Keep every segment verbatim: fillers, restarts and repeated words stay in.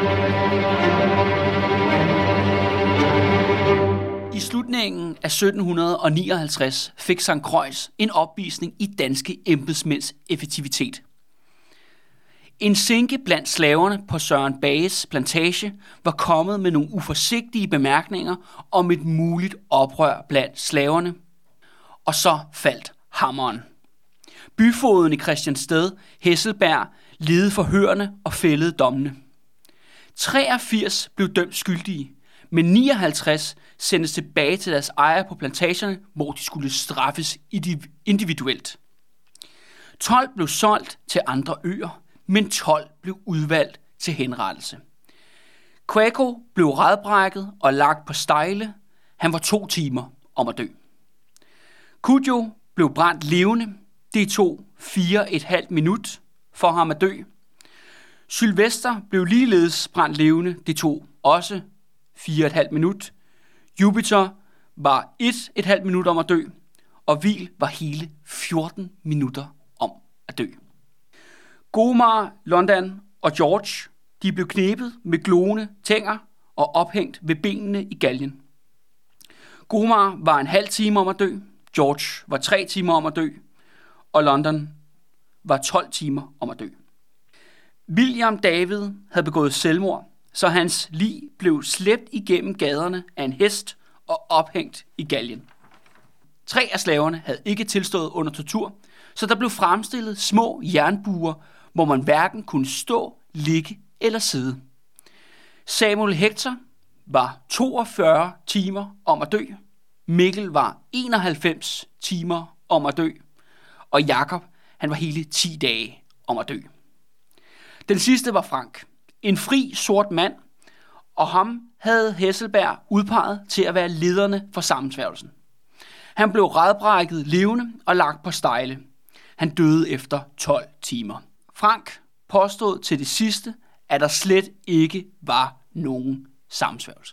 I slutningen af sytten nioghalvtreds fik Sankt Croix en opvisning i danske embedsmænds effektivitet. En sinke blandt slaverne på Søren Bages plantage var kommet med nogle uforsigtige bemærkninger om et muligt oprør blandt slaverne. Og så faldt hammeren. Byfogeden i Christiansted, Hesselberg, ledede forhørene og fældede dommene. treogfirs blev dømt skyldige, men nioghalvtreds sendes tilbage til deres ejere på plantagerne, hvor de skulle straffes individuelt. tolv blev solgt til andre øer, men tolv blev udvalgt til henrettelse. Quaco blev radbrækket og lagt på stejle. Han var to timer om at dø. Cujo blev brændt levende. Det tog fire et halvt minut for ham at dø. Sylvester blev ligeledes brændt levende. Det tog også fire et halvt minut. Jupiter var et et halvt minut om at dø. Og Hvil var hele fjorten minutter om at dø. Gomar, London og George, de blev knebet med gloende tænger og ophængt ved benene i galgen. Gomar var en halv time om at dø, George var tre timer om at dø, og London var tolv timer om at dø. William David havde begået selvmord, så hans lig blev slæbt igennem gaderne af en hest og ophængt i galgen. Tre af slaverne havde ikke tilstået under tortur, så der blev fremstillet små jernbuer, hvor man hverken kunne stå, ligge eller sidde. Samuel Hector var toogfyrre timer om at dø. Mikkel var enoghalvfems timer om at dø. Og Jakob, han var hele ti dage om at dø. Den sidste var Frank, en fri sort mand, og ham havde Hesselberg udpeget til at være lederne for sammensværgelsen. Han blev radbrækket levende og lagt på stejle. Han døde efter tolv timer. Frank påstod til det sidste, at der slet ikke var nogen sammensværgelse.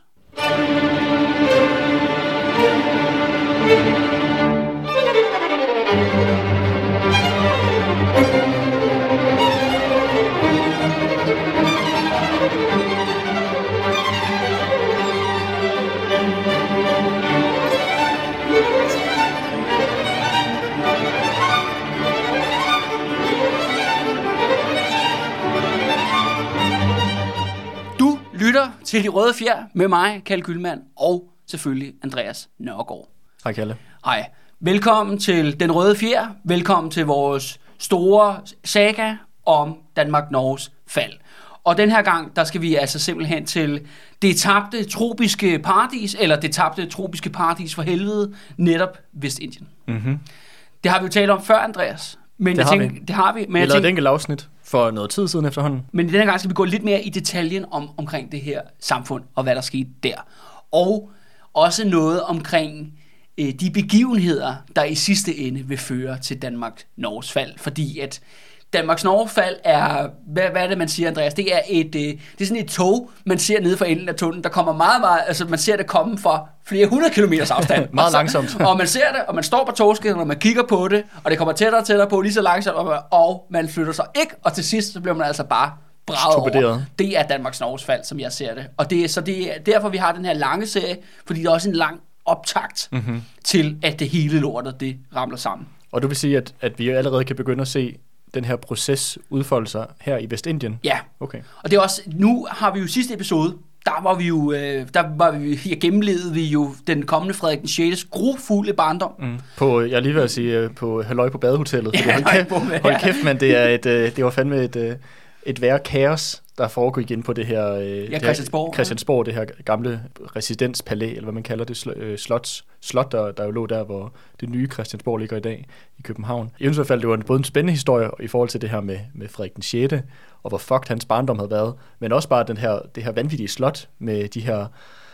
Lytter til De Røde Fjer med mig, Kalle Gyldman, og selvfølgelig Andreas Nørgaard. Hej Kalle. Hej. Velkommen til Den Røde Fjer. Velkommen til vores store saga om Danmark-Norges fald. Og den her gang, der skal vi altså simpelthen til det tabte tropiske paradis, eller det tabte tropiske paradis for helvede, netop Vestindien. Mm-hmm. Det har vi jo talt om før, Andreas. Men det, jeg har tænker, det har vi. Men vi jeg lavede et enkelt afsnit for noget tid siden efterhånden. Men denne gang skal vi gå lidt mere i detaljen om, omkring det her samfund, og hvad der skete der. Og også noget omkring øh, de begivenheder, der i sidste ende vil føre til Danmark-Norges fald. Fordi at Danmarks-Norges fald er, hvad, hvad er det, man siger, Andreas? Det er, et, øh, det er sådan et tog, man ser nede for enden af tunnelen, der kommer meget, meget, altså man ser det komme fra flere hundrede kilometers afstand. meget langsomt. Og man ser det, og man står på togskinnet, og man kigger på det, og det kommer tættere og tættere på, lige så langsomt, og man, og man flytter sig ikke, og til sidst, så bliver man altså bare braget over. Det er Danmarks-Norges fald, som jeg ser det. Og det er, så det er derfor, vi har den her lange serie, fordi det er også en lang optakt mm-hmm. til, at det hele lortet, det ramler sammen. Og du vil sige, at, at vi allerede kan begynde at se den her proces udfolde sig her i Vestindien? Ja. Okay. Og det er også, nu har vi jo sidste episode, der var vi jo, der var vi, her gennemlevede vi jo den kommende Frederik den sjette grufulde barndom. Mm. På, jeg lige vil at sige, på Halløj på badehotellet. Ja, hold, kæft, hold kæft, men det, er et, det var fandme et, et værre kaos, der foregår igen på det her ja, Christiansborg, Christiansborg, det her gamle residenspalæ, eller hvad man kalder det, slot, slot der, der jo lå der, hvor det nye Christiansborg ligger i dag i København. I hvert fald, det var både en spændende historie i forhold til det her med, med Frederik den sjette, og hvor fucked hans barndom havde været, men også bare den her, det her vanvittige slot med de her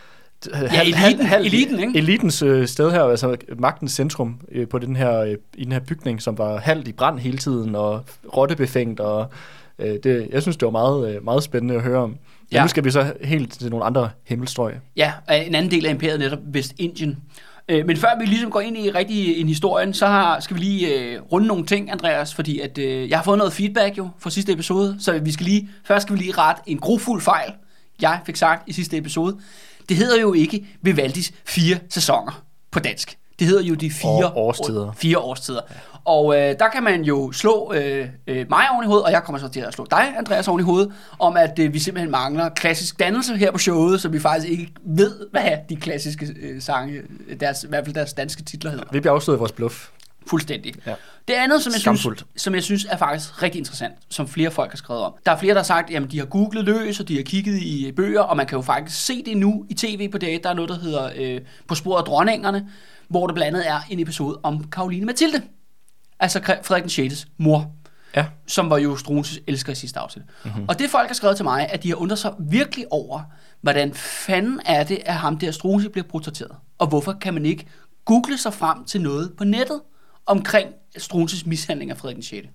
ja, eliten, halv, eliten, ikke? elitens øh, sted her, altså magtens centrum øh, på den her, øh, i den her bygning, som var halvt i brand hele tiden, og rottebefængt, og øh, det, jeg synes, det var meget, meget spændende at høre om. Men ja. Nu skal vi så helt til nogle andre himmelstrøg. Ja, en anden del af imperiet, netop Vestindien. Øh, men før vi ligesom går ind i rigtig en historien, så har, skal vi lige øh, runde nogle ting, Andreas, fordi at, øh, jeg har fået noget feedback jo fra sidste episode, så vi skal lige, først skal vi lige rette en grufuld fejl, jeg fik sagt i sidste episode, det hedder jo ikke Vivaldis fire sæsoner på dansk. Det hedder jo de fire År, årstider. År, fire årstider. Ja. Og øh, der kan man jo slå øh, øh, mig oven i hovedet, og jeg kommer så til at slå dig, Andreas, oven i hovedet, om at øh, vi simpelthen mangler klassisk dannelse her på showet, så vi faktisk ikke ved, hvad de klassiske øh, sange, deres, i hvert fald deres danske titler hedder. Vi bliver afsløret i vores bluff. Fuldstændig. Ja. Det andet, som jeg, synes, som jeg synes er faktisk rigtig interessant, som flere folk har skrevet om. Der er flere, der har sagt, at de har googlet løs, og de har kigget i bøger, og man kan jo faktisk se det nu i tv på D R. Der er noget, der hedder øh, På sporet af dronningerne, hvor der blandt andet er en episode om Caroline Mathilde, altså Frederik den sjette mor, ja. Som var jo Struensees elsker i sidste afsnit. Mm-hmm. Og det folk har skrevet til mig, at de har undret sig virkelig over, hvordan fanden er det, at ham der Struensee bliver portrætteret, og hvorfor kan man ikke google sig frem til noget på nettet omkring Struensees mishandling af Frederik den sjette.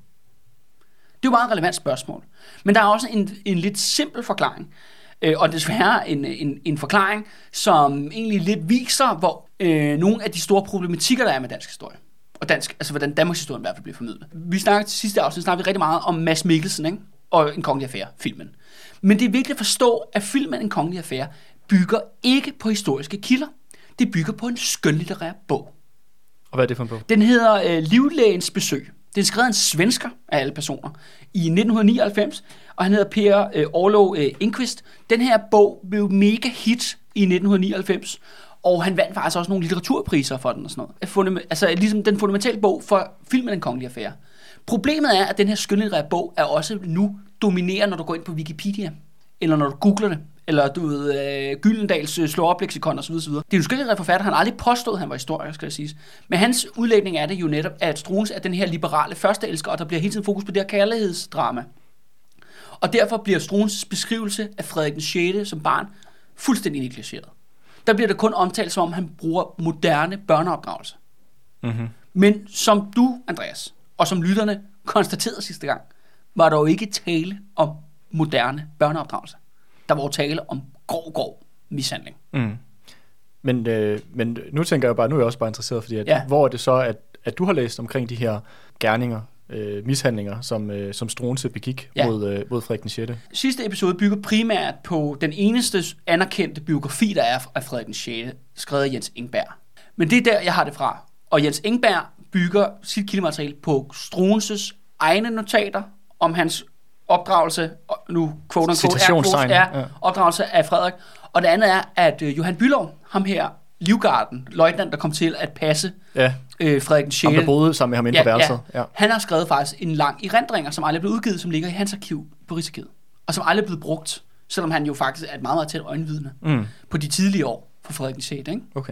Det er jo et meget relevant spørgsmål. Men der er også en, en lidt simpel forklaring, øh, og desværre en, en, en forklaring, som egentlig lidt viser, hvor øh, nogle af de store problematikker, der er med dansk historie. Og dansk, altså hvordan Danmarks historie i hvert fald bliver formidlet. Vi snakkede til sidste afsnit, snakkede vi rigtig meget om Mads Mikkelsen, ikke? Og En kongelig affære, filmen. Men det er vigtigt at forstå, at filmen En kongelig affære bygger ikke på historiske kilder. Det bygger på en skønlitterær bog. Og hvad er det for en bog? Den hedder øh, Livlægens besøg. Den er skrevet af en svensker af alle personer i nitten nioghalvfems, og han hedder Per øh, Orlov øh, Enquist. Den her bog blev mega hit i nitten nioghalvfems, og han vandt faktisk også nogle litteraturpriser for den og sådan noget. Fundam- altså ligesom den fundamentale bog for filmen En kongelig affære. Problemet er, at den her skønlitterære bog er også nu dominerende, når du går ind på Wikipedia, eller når du googler det, eller du ved, øh, Gyldendals øh, slå op leksikon og så videre, så videre. Det er jo en skønlitterær forfatter, han har aldrig påstået, at han var historiker, skal jeg sige. Men hans udlægning er det jo netop, at Struensee er den her liberale førsteelsker, og der bliver hele tiden fokus på det her kærlighedsdrama. Og derfor bliver Struensees beskrivelse af Frederik den sjette som barn fuldstændig negligeret. Der bliver det kun omtalt, som om han bruger moderne børneopdragelse. Mm-hmm. Men som du, Andreas, og som lytterne konstaterede sidste gang, var der jo ikke tale om moderne børneopdragelse. Der var jo tale om grov, grov mishandling. Mm. Men, øh, men nu tænker jeg bare, nu er jeg også bare interesseret, fordi at, ja. Hvor er det så, at, at du har læst omkring de her gerninger, øh, mishandlinger, som, øh, som Struensee begik ja. mod, øh, mod Frederik den sjette? Sidste episode bygger primært på den eneste anerkendte biografi, der er af Frederik den sjette, skrevet af Jens Engberg. Men det er der, jeg har det fra. Og Jens Engberg bygger sit kildemateriale på Struensees egne notater om hans opdragelse, nu quote unquote, er ja. opdragelse af Frederik. Og det andet er, at uh, Johan Bülow, ham her, livgarden, løjtnant, der kom til at passe ja. øh, Frederik den sjette. Ham, der boede sammen med ham inde ja, på værelset. Ja. Ja. Han har skrevet faktisk en lang erindringer, som aldrig er blevet udgivet, som ligger i hans arkiv på Rigsarkivet. Og som aldrig er blevet brugt, selvom han jo faktisk er et meget, meget tæt øjenvidne mm. på de tidlige år for Frederik den sjette. Ikke? Okay.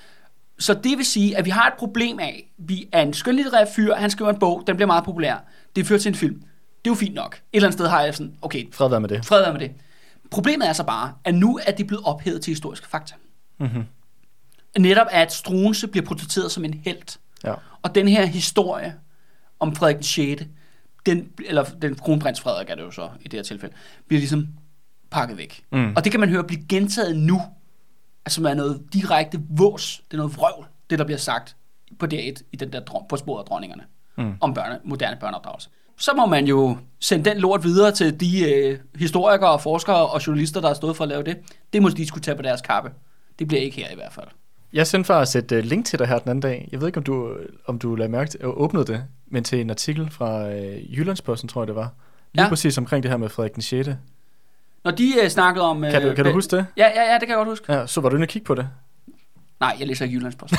Så det vil sige, at vi har et problem af, vi er en skønlitterær fyr, han skriver en bog, den bliver meget populær. Det fører til en film. Det er jo fint nok. Et eller andet sted har jeg sådan, okay, fred være med det. Fred være med det. Problemet er så bare, at nu er det blevet ophævet til historiske fakta. Mm-hmm. Netop at Struensee bliver portrætteret som en helt. Ja. Og den her historie om Frederik den sjette, den, eller den kronprins Frederik er det jo så i det her tilfælde, bliver ligesom pakket væk. Mm. Og det kan man høre blive gentaget nu, altså som er noget direkte vås, det er noget vrøvl, det der bliver sagt på D R et i den der På sporet af dronningerne, mm. om børne, moderne børneopdragelse. Så må man jo sende den lort videre til de øh, historikere og forskere og journalister, der har stået for at lave det. Det må de skulle tage på deres kappe. Det bliver ikke her i hvert fald. Jeg sendte faktisk et uh, link til dig her den anden dag. Jeg ved ikke, om du, om du lagde mærke til at åbnede det, men til en artikel fra uh, Jyllandsposten, tror jeg det var. Lige ja. Præcis omkring det her med Frederik den sjette. Når de uh, snakkede om... Uh, kan du, kan du huske det? Ja, ja, ja, det kan jeg godt huske. Ja, så var du inde og kigge på det? Nej, jeg læser ikke Jyllandsposten.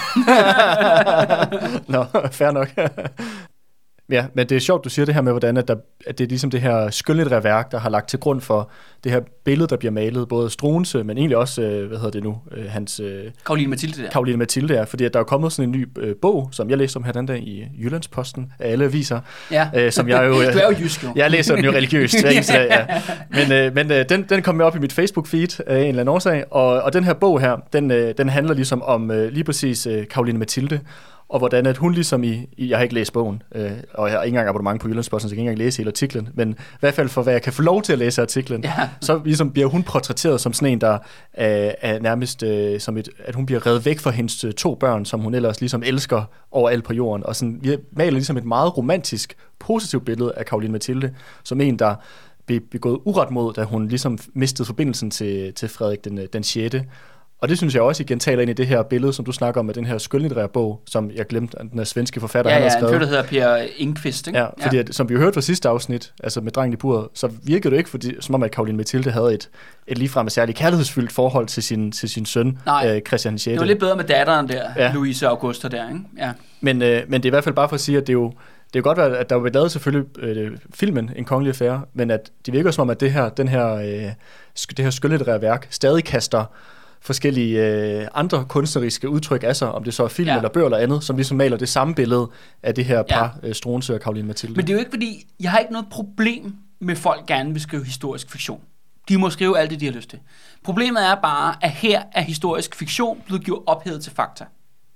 Nå, fair nok. Ja, men det er sjovt, du siger det her med, hvordan at, der, at det er ligesom det her skønlitterære værk, der har lagt til grund for det her billede, der bliver malet, både Struensee, men egentlig også, øh, hvad hedder det nu, øh, hans... Øh, Caroline Mathilde der. Caroline Mathilde der, fordi at der er kommet sådan en ny øh, bog, som jeg læste om her den dag i Jyllandsposten, af alle aviser. Ja, øh, som jeg jo, øh, du er jo jysk jo. Jeg læser den jo religiøst hver eneste dag, ja. Men, øh, men øh, den, den kom med op i mit Facebook-feed af en eller anden årsag, og, og den her bog her, den, øh, den handler ligesom om øh, lige præcis øh, Caroline Mathilde, og hvordan at hun ligesom i, i jeg har ikke læst bogen, øh, og jeg har ikke engang abonnement på Jyllandsposten, så jeg kan ikke engang læse hele artiklen, men i hvert fald for hvad jeg kan få lov til at læse artiklen, ja. Så ligesom bliver hun portrætteret som sådan en, der øh, er nærmest øh, som et, at hun bliver revet væk fra hendes øh, to børn, som hun ellers ligesom elsker overalt på jorden, og sådan, vi maler ligesom et meget romantisk, positivt billede af Caroline Mathilde, som en, der blev begået uret mod, da hun ligesom mistede forbindelsen til, til Frederik den, den sjette. Og det synes jeg også igen taler ind i det her billede, som du snakker om, med den her skønlitterære bog, som jeg glemte, den her svenske forfatter, ja, han ja, har skrevet. Ja, en der hedder Per Ingqvist, ikke? Ja, fordi ja. At, som vi hørte fra sidste afsnit, altså med Drengen i buret, så virkede det ikke, fordi, som om at Caroline Mathilde havde et, et ligefrem særligt kærlighedsfyldt forhold til sin, til sin søn, øh, Christian den sjette. Det var lidt bedre med datteren der, ja. Louise Augusta der, ikke? Ja. Men, øh, men det er i hvert fald bare for at sige, at det er jo det kan godt være, at der er lavet selvfølgelig øh, filmen En Kongelig Affære, men at det virker som om, at det her, den her, øh, det her skønlitterære værk stadig kaster forskellige øh, andre kunstneriske udtryk af sig, om det så er film ja. eller bøger eller andet, som ligesom maler det samme billede af det her par, ja. øh, Struensee og Caroline Mathilde. Men det er jo ikke fordi, jeg har ikke noget problem med folk gerne vil skrive historisk fiktion. De må skrive alt det, de har lyst til. Problemet er bare, at her er historisk fiktion blevet gjort ophævet til fakta.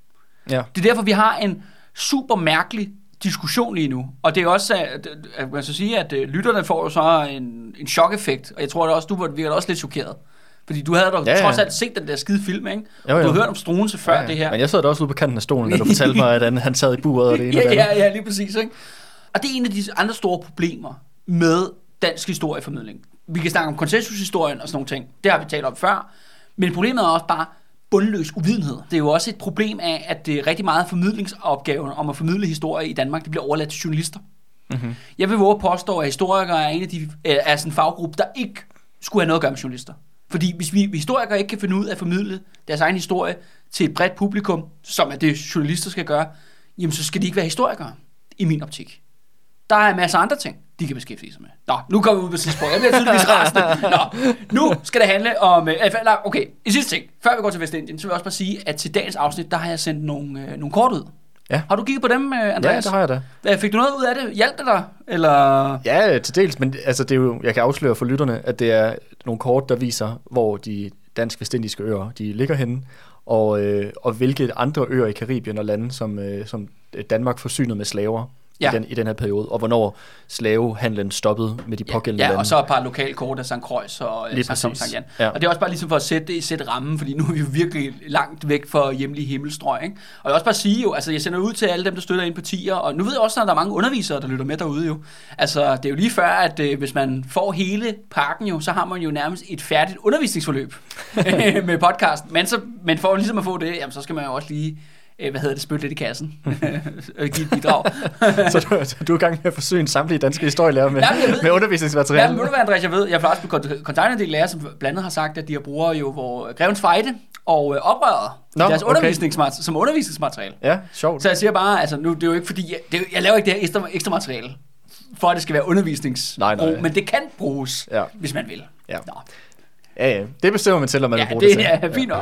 Ja. Det er derfor, vi har en super mærkelig diskussion lige nu. Og det er også, at, at man skal sige, at lytterne får jo så en, en chok-effekt, og jeg tror at også, du virker også lidt chokeret. Fordi du havde da ja, ja. trods alt set den der skide film, ikke? Jo, jo. Du har hørt om Struensee før ja, ja. det her. Men jeg sad da også ude på kanten af stolen, da du fortalte mig, at han, han sad i buret og det ene ja, og det ja, ja, lige præcis, ikke? Og det er en af de andre store problemer med dansk historieformidling. Vi kan snakke om konsensushistorien og sådan nogle ting. Det har vi talt om før. Men problemet er også bare bundløs uvidenhed. Det er jo også et problem af, at det er rigtig meget formidlingsopgaven om at formidle historie i Danmark, det bliver overladt til journalister. Mm-hmm. Jeg vil våge at påstå, at historikere er en af de er sådan en faggruppe, der ikke skulle have noget at gøre med journalister. Fordi hvis vi historikere ikke kan finde ud af at formidle deres egen historie til et bredt publikum, som er det journalister skal gøre, jamen så skal de ikke være historikere, i min optik. Der er en masse andre ting, de kan beskæftige sig med. Nå, nu kommer vi ud på sidste point. Jeg bliver tydeligvis rasende. Nå, nu skal det handle om... Okay, i sidste ting, før vi går til Vestindien, så vil jeg også bare sige, at til dagens afsnit, der har jeg sendt nogle, øh, nogle kort ud. Ja. Har du kigget på dem, Andreas? Ja, det har jeg da. Fik du noget ud af det? Hjalp det dig? Eller? Ja, til dels, men altså, det er jo, jeg kan afsløre for lytterne, at det er nogle kort, der viser, hvor de dansk-vestindiske øer de ligger henne, og, øh, og hvilke andre øer i Karibien og lande, som, øh, som Danmark forsynede med slaver. Ja. I, den, i den her periode, og hvornår slavehandlen stoppede med de pågældende ja, ja, lande. og så et par lokale kort af Sankt Croix og Sankt Tom Sankt Jan. Ja. Og det er også bare ligesom for at sætte det i sætte rammen, fordi nu er vi jo virkelig langt væk fra hjemlige himmelstrøg, ikke? Og jeg vil også bare sige jo, altså jeg sender ud til alle dem, der støtter ind på tier, og nu ved jeg også, at der er mange undervisere, der lytter med derude jo. Altså det er jo lige før, at øh, hvis man får hele pakken jo, så har man jo nærmest et færdigt undervisningsforløb med podcasten. Men, så, men for ligesom at få det, jamen, så skal man jo også lige hvad hedder det, spytte lidt i kassen og give et bidrag. så, du, så du er i gang med at forsøge en samtlige danske historielærer med, Jamen, med undervisningsmateriale? Jamen, ved du hvad, Andreas, jeg ved, jeg har også kontaktet en del lærere, som blandt andet har sagt, at de har bruger jo hvor Grevens Fejde og øh, oprøret Nå, deres okay. undervisningsmateriale, som undervisningsmateriale. Ja, sjovt. Så jeg siger bare, altså nu, det er jo ikke fordi, jeg, det er, jeg laver ikke det her ekstra, ekstra materiale, for at det skal være undervisningsbrug, nej, nej. Men det kan bruges, ja. Hvis man vil. Ja. Nå. Ja, ja, det bestemmer man selv, om man ja, vil bruge det, det til. Ja, fint nok.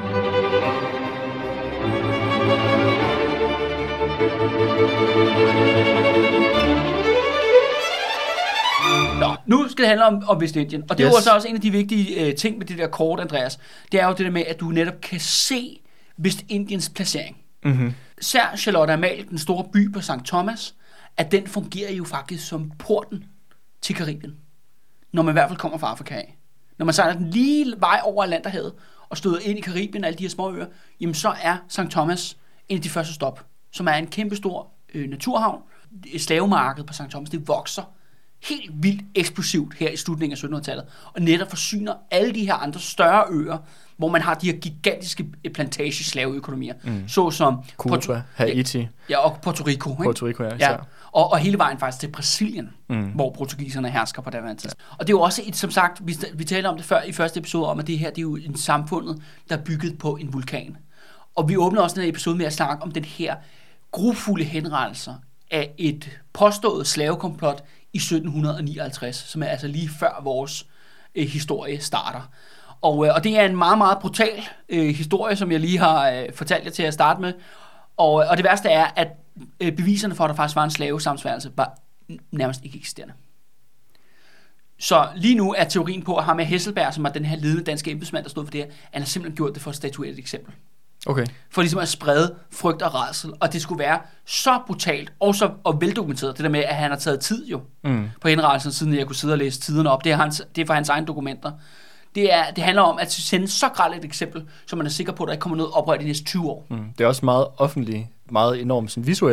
Nå, nu skal det handle om, om Vestindien. Og det yes. er jo så også en af de vigtige øh, ting med det der kort, Andreas. Det er jo det der med, at du netop kan se Vestindiens placering. Mm-hmm. Sær Charlotte Amalie, den store by på Sankt Thomas, at den fungerer jo faktisk som porten til Karibien. Når man i hvert fald kommer fra Afrika af. Når man sejler den lige vej over Atlanterhavet og støder ind i Karibien og alle de her små øer, jamen så er Sankt Thomas en af de første stop, som er en kæmpestor øh, naturhavn. Slavemarkedet på Sankt Thomas, det vokser helt vildt eksplosivt her i slutningen af syttenhundredetallet, og netop forsyner alle de her andre større øer, hvor man har de her gigantiske plantage-slaveøkonomier, mm. såsom Cuba, Porto- Haiti. Ja, og Puerto Rico. Ikke? Puerto Rico, ja. ja. Og, og hele vejen faktisk til Brasilien, mm. hvor portugiserne hersker på det tidspunkt. Ja. Og det er jo også et, som sagt, vi, vi talte om det før i første episode, om at det her, det er jo en samfundet, der er bygget på en vulkan. Og vi åbner også den her episode med at snakke om den her grufulde henrettelser af et påstået slavekomplot i sytten nioghalvtreds, som er altså lige før vores øh, historie starter. Og, øh, og det er en meget, meget brutal øh, historie, som jeg lige har øh, fortalt jer til at starte med. Og, og det værste er, at øh, beviserne for, at der faktisk var en slavesamsværelse, var nærmest ikke eksisterende. Så lige nu er teorien på, at ham med Hesselberg, som er den her ledende danske embedsmand, der stod for det her, han har simpelthen gjort det for at statuere et eksempel. Okay. For ligesom at sprede frygt og rædsel, og det skulle være så brutalt og så og veldokumenteret, det der med, at han har taget tid jo mm. på henrettelsen, siden jeg kunne sidde og læse tiderne op. Det er, hans, det er for hans egne dokumenter. Det, er, det handler om at sende så grelt et eksempel, så man er sikker på, at der ikke kommer noget oprør de næste tyve år. Mm. Det er også meget offentligt, meget enormt sådan visuel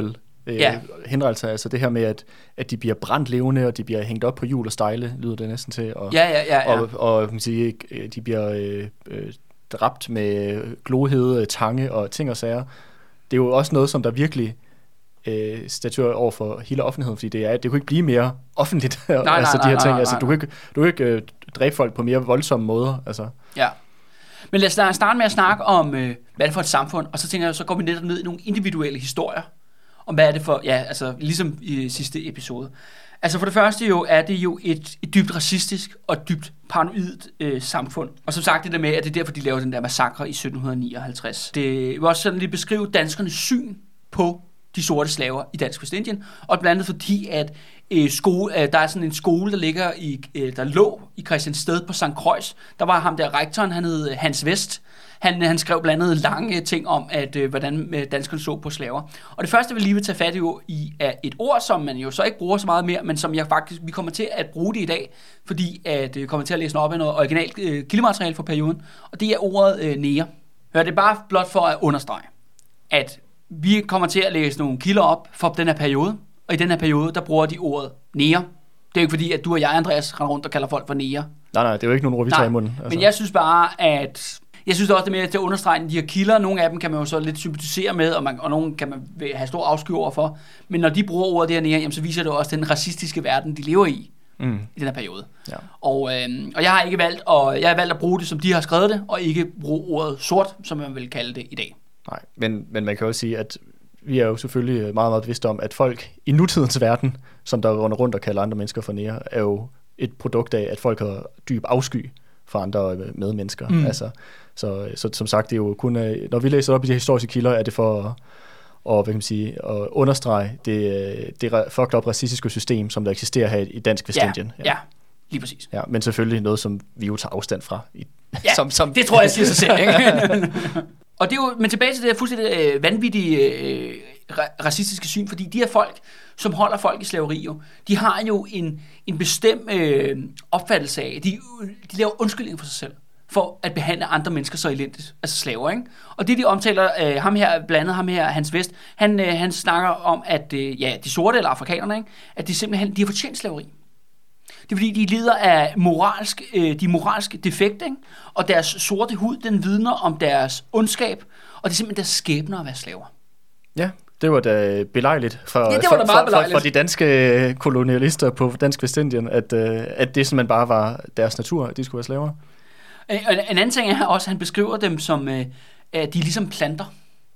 øh, ja. henrettelser, altså det her med, at, at de bliver brændt levende, og de bliver hængt op på hjul og stejle, lyder det næsten til. Og, ja, ja, ja, ja. Og, og kan man sige, de bliver øh, øh, dræbt med glohede tange og ting og sager. Det er jo også noget, som der virkelig øh, statuerer over for hele offentligheden, fordi det, er, det kunne ikke blive mere offentligt, nej, altså nej, de her nej, ting. nej, Altså, nej, du kan ikke, du kan ikke øh, dræbe folk på mere voldsomme måder. Altså. Ja. Men lad os starte med at snakke om, øh, hvad er det for et samfund, og så tænker jeg, så går vi netop ned i nogle individuelle historier, om hvad er det for, ja, altså ligesom i sidste episode. Altså for det første jo, er det jo et, et dybt racistisk og dybt paranoid øh, samfund. Og som sagt det der med, at det er derfor, de laver den der massakre i sytten nioghalvtreds. Det vil også sådan lige beskrive danskernes syn på de sorte slaver i Dansk Vestindien, og blandt andet fordi, at øh, skole, øh, der er sådan en skole, der ligger i, øh, der lå i Christiansted på Sankt Croix. Der var ham der rektoren, han hed Hans Vest. Han, han skrev blandt andet lange ting om, at øh, hvordan øh, danskerne så på slaver. Og det første, vi lige vil tage fat i, i, er et ord, som man jo så ikke bruger så meget mere, men som jeg faktisk, vi kommer til at bruge det i dag, fordi at, øh, kommer til at læse op af noget originalt øh, kildemateriale fra perioden, og det er ordet øh, næger. Hør, det er bare blot for at understrege, at vi kommer til at læse nogle kilder op for den her periode, og i den her periode, der bruger de ordet næger. Det er jo ikke fordi, at du og jeg, Andreas, render rundt og kalder folk for næger. Nej, nej, det er jo ikke nogen ord, vi tager i munden. Altså. Men jeg synes bare, at jeg synes også, det er mere til at understrege, de her kilder, nogle af dem kan man jo så lidt sympatisere med, og, man, og nogle kan man have stor afsky over for. Men når de bruger ordet dernede, jamen, så viser det også den racistiske verden, de lever i, mm. i den her periode. Ja. Og, øh, og jeg har ikke valgt, og jeg har valgt at bruge det, som de har skrevet det, og ikke bruge ordet sort, som man vil kalde det i dag. Nej, men, men man kan også sige, at vi er jo selvfølgelig meget, meget bevidste om, at folk i nutidens verden, som der runder rundt og kalder andre mennesker for nære, er jo et produkt af, at folk har dyb afsky for andre medmennesker. Mm. Altså, så, så som sagt, det er jo kun, når vi læser op i de historiske kilder, er det for at, og, hvad kan man sige, at understrege det, det fucked up racistiske system, som der eksisterer her i Dansk Vestindien. Ja, ja, lige præcis. Ja, men selvfølgelig noget, som vi jo tager afstand fra. I, ja, som, som det tror jeg siger sig selv. Ikke? Og det er jo, men tilbage til det her fuldstændig øh, vanvittige øh, racistiske syn, fordi de her folk, som holder folk i slaveri, jo, de har jo en, en bestemt øh, opfattelse af, de, de laver undskyldning for sig selv, for at behandle andre mennesker så elendigt, altså slaver, ikke? Og det de omtaler, øh, ham her, blandet ham her, Hans Vest, han, øh, han snakker om, at øh, ja, de sorte eller afrikanerne, ikke? At de simpelthen, de har fortjent slaveri. Det er fordi, de lider af moralsk, øh, de moralske defekt, ikke? Og deres sorte hud, den vidner om deres ondskab, og det er simpelthen deres skæbner at være slaver. Ja, det var da belejligt for, ja, det var for, da meget for, for, for de danske kolonialister på Dansk Vestindien, at, at det simpelthen bare var deres natur, at de skulle være slaver. En, en anden ting er også, at han beskriver dem som, at de er ligesom planter.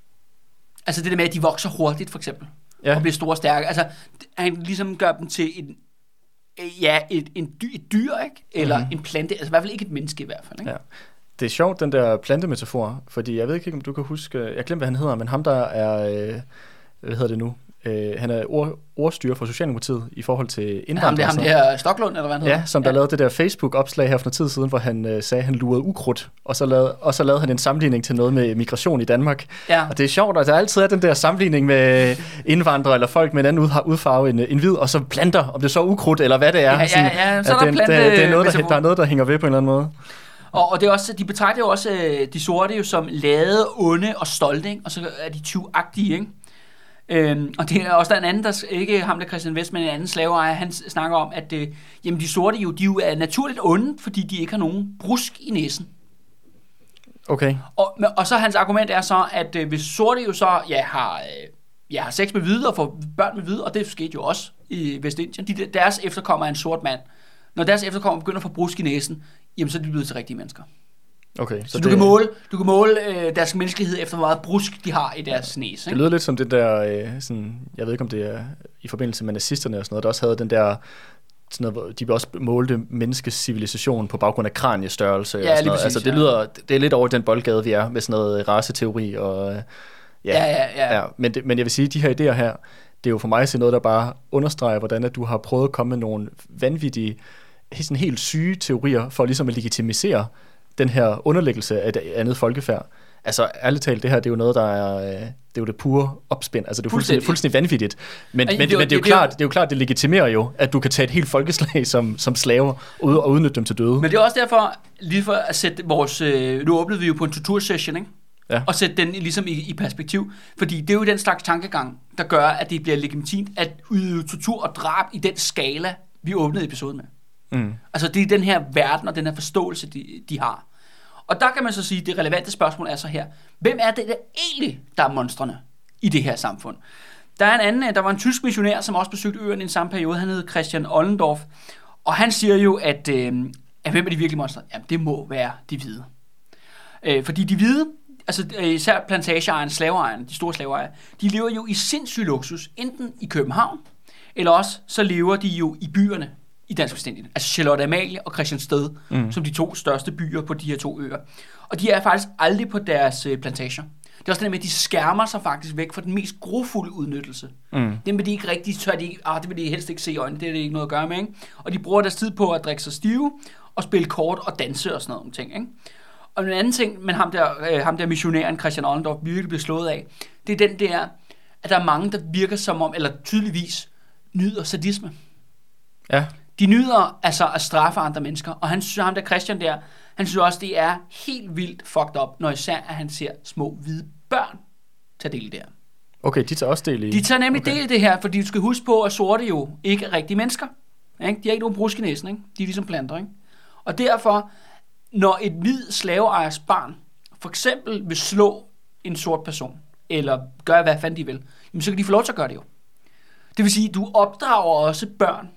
Altså det der med, at de vokser hurtigt, for eksempel, ja. Og bliver store og stærke. Altså han ligesom gør dem til en Ja, et, en dy, et dyr, ikke? Eller mm-hmm. en plante, altså i hvert fald ikke et menneske i hvert fald, ikke? Ja. Det er sjovt, den der plantemetafor, fordi jeg ved ikke, om du kan huske, jeg glemte, hvad han hedder, men ham der er, øh, hvad hedder det nu, øh, han er ord, ordstyrer for Socialdemokratiet i forhold til indvandrere. Ham der, ham der Stoklund, eller hvad han hedder? Ja, som der ja. lavede det der Facebook-opslag her for noget tid siden, hvor han øh, sagde, at han lurede ukrudt, og så, lavede, og så lavede han en sammenligning til noget med migration i Danmark. Ja. Og det er sjovt, at der altid er den der sammenligning med indvandrere eller folk med en anden udfarve end, end hvid, og så planter, om det så er ukrudt, eller hvad det er. Ja, ja, ja, så er der den, plante... Det, det er noget, der, der er noget, der hænger ved på en eller anden måde. Og, og det er også, de betragter jo også øh, de sorte jo som lade, onde og stolte, ikke? Og så er de tyvagtige, ikke? Øhm, og det er også der en anden, der ikke ham der Christian Vest, men en anden slaveejer, han snakker om, at øh, jamen de sorte jo, de jo er naturligt onde, fordi de ikke har nogen brusk i næsen. Okay. Og, og så hans argument er så, at øh, hvis sorte jo så ja, har, øh, ja, har sex med hvide og får børn med hvide, og det skete jo også i Vestindien, de, deres efterkommer er en sort mand. Når deres efterkommer begynder at få brusk i næsen, jamen så er de blevet til rigtige mennesker. Okay, så, så du, kan måle, du kan måle øh, deres menneskelighed efter, hvor meget brusk de har i deres næse. Det lyder lidt som det der, øh, sådan, jeg ved ikke om det er i forbindelse med nazisterne og sådan noget, der også havde den der, sådan noget, de også målte menneskets civilisation på baggrund af kraniestørrelse. Ja, og sådan noget. Præcis, altså det lyder, det er lidt over den boldgade, vi er med sådan noget raceteori og ja, ja, ja, ja. ja men, det, men jeg vil sige, de her idéer her, det er jo for mig at se noget, der bare understreger, hvordan at du har prøvet at komme med nogle vanvittige, sådan helt syge teorier for ligesom at legitimisere den her underlæggelse af et andet folkefærd. Altså ærligt talt, det her, det er jo noget, der er, det er jo det pure opspind. Altså det er fuldstændig, fuldstændig vanvittigt. Men, men, men det, er jo, det, er jo klart, det er jo klart, det legitimerer jo, at du kan tage et helt folkeslag som, som slaver og, og udnytte dem til døde. Men det er også derfor, lige for at sætte vores, nu åbnede vi jo på en tortursession, ikke? Ja. Og sætte den ligesom i, i perspektiv. Fordi det er jo den slags tankegang, der gør, at det bliver legitimt at udøve tortur og drab i den skala, vi åbnede episoden med. Mm. Altså det er den her verden og den her forståelse, de, de har. Og der kan man så sige, at det relevante spørgsmål er så her. Hvem er det der egentlig, der er monstrene i det her samfund? Der er en anden, der var en tysk missionær, som også besøgte øerne i en samme periode. Han hed Christian Ollendorf. Og han siger jo, at, øh, at hvem er de virkelige monstre? Jamen det må være de hvide. Øh, fordi de hvide, altså især plantageejerne, slaveejerne, de store slaveejere, de lever jo i sindssyg luksus, enten i København, eller også så lever de jo i byerne i Dansk Vestindien. Altså Charlotte Amalie og Christiansted, mm. som de to største byer på de her to øer. Og de er faktisk aldrig på deres øh, plantager. Det er også det med, at de skærmer sig faktisk væk fra den mest grofulde udnyttelse. Mm. Det vil de ikke rigtig tør, de ikke, ah, det vil de helst ikke se i øjnene, det er det ikke noget at gøre med, ikke? Og de bruger deres tid på at drikke sig stive, og spille kort og danse og sådan noget ting, ikke? Og en anden ting, men ham der, øh, ham der missionæren Christian Ollendorf virkelig bliver slået af, det er den der, at der er mange, der virker som om, eller tydeligvis nyder sadisme. Ja. De nyder altså at straffe andre mennesker, og han synes, ham der Christian der, han synes også, det er helt vildt fucked up, når især at han ser små hvide børn tage del i det her. Okay, de tager også del i... De tager nemlig okay. del i det her, fordi du skal huske på, at sorte jo ikke er rigtige mennesker. Ikke? De har ikke nogen brusk i næsen, ikke? De er ligesom planter, ikke? Og derfor, når et hvid slaveejers barn for eksempel vil slå en sort person, eller gøre hvad fanden de vil, jamen, så kan de få lov til at gøre det jo. Det vil sige, at du opdrager også børn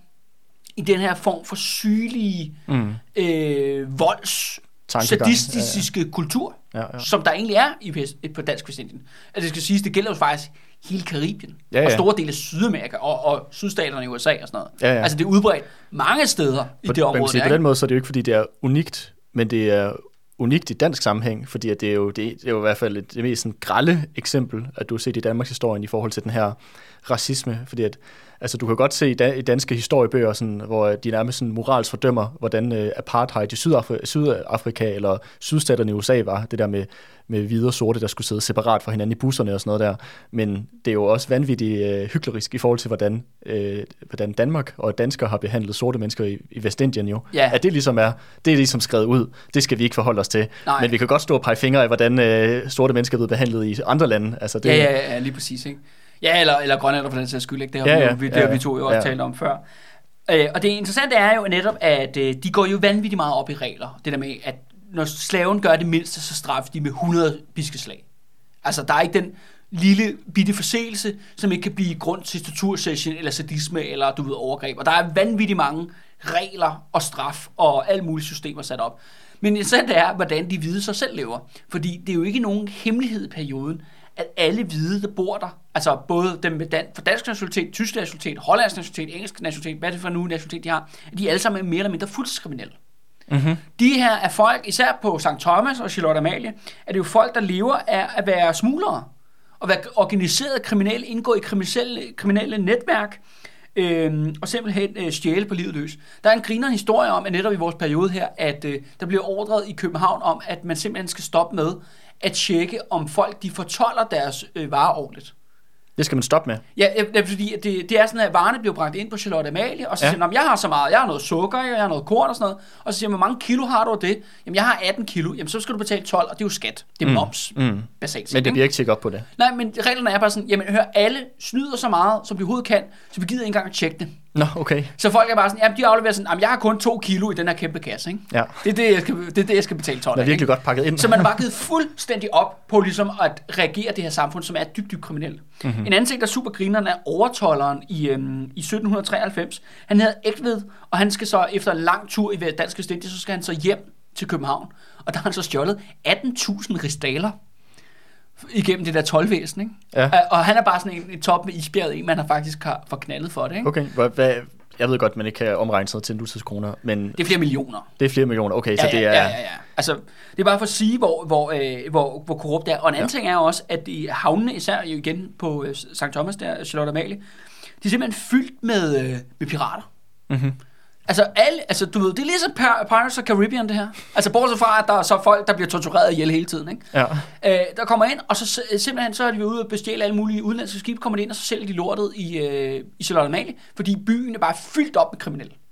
i den her form for sygelige mm. øh, volds sadistiske ja, ja. kultur, ja, ja. som der egentlig er i vest, på Dansk Vestindien. Altså det skal siges, det gælder jo faktisk hele Karibien, ja, ja. og store dele af Sydamerika, og, og sydstaterne i U S A og sådan noget. Ja, ja. Altså det er udbredt mange steder på, i det område. Sige, på den måde så er det jo ikke, fordi det er unikt, men det er unikt i dansk sammenhæng, fordi at det, er jo, det, det er jo i hvert fald et, det mest sådan grelle eksempel, at du har set i Danmarks historien i forhold til den her racisme, fordi at altså, du kan godt se i, da, i danske historiebøger, sådan, hvor de nærmest sådan moralsk fordømmer, hvordan øh, apartheid i Sydafri- Sydafrika eller sydstaterne i U S A var, det der med, med hvide og sorte, der skulle sidde separat fra hinanden i busserne og sådan noget der. Men det er jo også vanvittigt øh, hyklerisk i forhold til, hvordan, øh, hvordan Danmark og danskere har behandlet sorte mennesker i, i Vestindien jo. Ja. At det ligesom er, det er ligesom skrevet ud. Det skal vi ikke forholde os til. Nej. Men vi kan godt stå og pege fingre af, hvordan øh, sorte mennesker er blevet behandlet i andre lande. Altså, det, ja, ja, ja, lige præcis, ikke? Ja, eller, eller grønlænder for den sags skyld, ikke? Det har ja, ja, vi, det ja, ja. vi to jo også ja. talt om før. Øh, og det interessante er jo netop, at øh, de går jo vanvittigt meget op i regler. Det der med, at når slaven gør det mindste, så straffer de med hundrede piskeslag. Altså, der er ikke den lille bitte forseelse, som ikke kan blive grund til tortursession, eller sadisme, eller du ved, overgreb. Og der er vanvittigt mange regler og straf, og alle mulige systemer sat op. Men interessant er, hvordan de hvide sig selv lever. Fordi det er jo ikke nogen hemmelighed i perioden, at alle hvide, der bor der, altså både dem med dan- for dansk nationalitet, tysk nationalitet, hollandsk nationalitet, engelsk nationalitet, hvad er det for nu nationalitet, de har, at de alle sammen er mere eller mindre fuldstidskriminelle. Mm-hmm. De her er folk, især på Sankt Thomas og Charlotte Amalie, er det jo folk, der lever af at være smuglere, og være organiseret kriminelle, indgå i kriminelle, kriminelle netværk, øhm, og simpelthen øh, stjæle på livet løs. Der er en griner historie om, at netop i vores periode her, at øh, der bliver ordret i København om, at man simpelthen skal stoppe med at tjekke, om folk de fortolder deres øh, varer ordentligt. Det skal man stoppe med. Ja, det, fordi det, det er sådan, at varerne bliver bragt ind på Charlotte Amalie, og så ja. siger man, jeg har så meget, jeg har noget sukker, jeg har noget korn og sådan noget, og så siger man, hvor mange kilo har du af det? Jamen, jeg har atten kilo, jamen så skal du betale tolv, og det er jo skat. Det er moms, mm. mm. basalt. Men det bliver ikke tjekket op på det. Nej, men reglerne er bare sådan, jamen hør, alle snyder så meget, som de overhovedet kan, så vi gider ikke engang at tjekke det. Nå, okay. Så folk er bare sådan, jamen de afleverer sådan, jamen jeg har kun to kilo i den her kæmpe kasse, ikke? Ja. Det er det, jeg skal, det, er det, jeg skal betale tolv. Det er virkelig godt pakket ind. Så man har bare givet fuldstændig op på ligesom at reagere det her samfund, som er dybt, dybt kriminelt. Mm-hmm. En anden ting, der er super grineren, er overtolderen i, øhm, i sytten treoghalvfems. Han hedder Egtved, og han skal så efter en lang tur i Dansk Vestindien, så skal han så hjem til København. Og der har han så stjålet atten tusind rigsdaler igennem det der toldvæsen, ikke? Ja. Og han er bare sådan en, en top med isbjerget en, man har faktisk har forknaldet for det, ikke? Okay, hvad, jeg ved godt, man ikke kan omregne sådan til nutidskroner, men... Det er flere millioner. Det er flere millioner, okay, ja, så det ja, er... Ja, ja, ja. Altså, det er bare for at sige, hvor, hvor, øh, hvor, hvor korrupt det er. Og en anden ja. ting er også, at i havnene, især jo igen på øh, Sankt Thomas der, Charlotte Amalie, de er simpelthen fyldt med, øh, med pirater. Mhm. Altså, alle, altså, du ved, det er ligesom Pirates of Caribbean, det her. Altså, bortset fra, at der er så folk, der bliver tortureret ihjel hele tiden, ikke? Ja. Øh, der kommer ind, og så simpelthen, så er de ude og bestjæle alle mulige udenlandske skibe, kommer de ind, og så sælger de lortet i, øh, i Charlotte Amalie, fordi byen er bare fyldt op med kriminelle.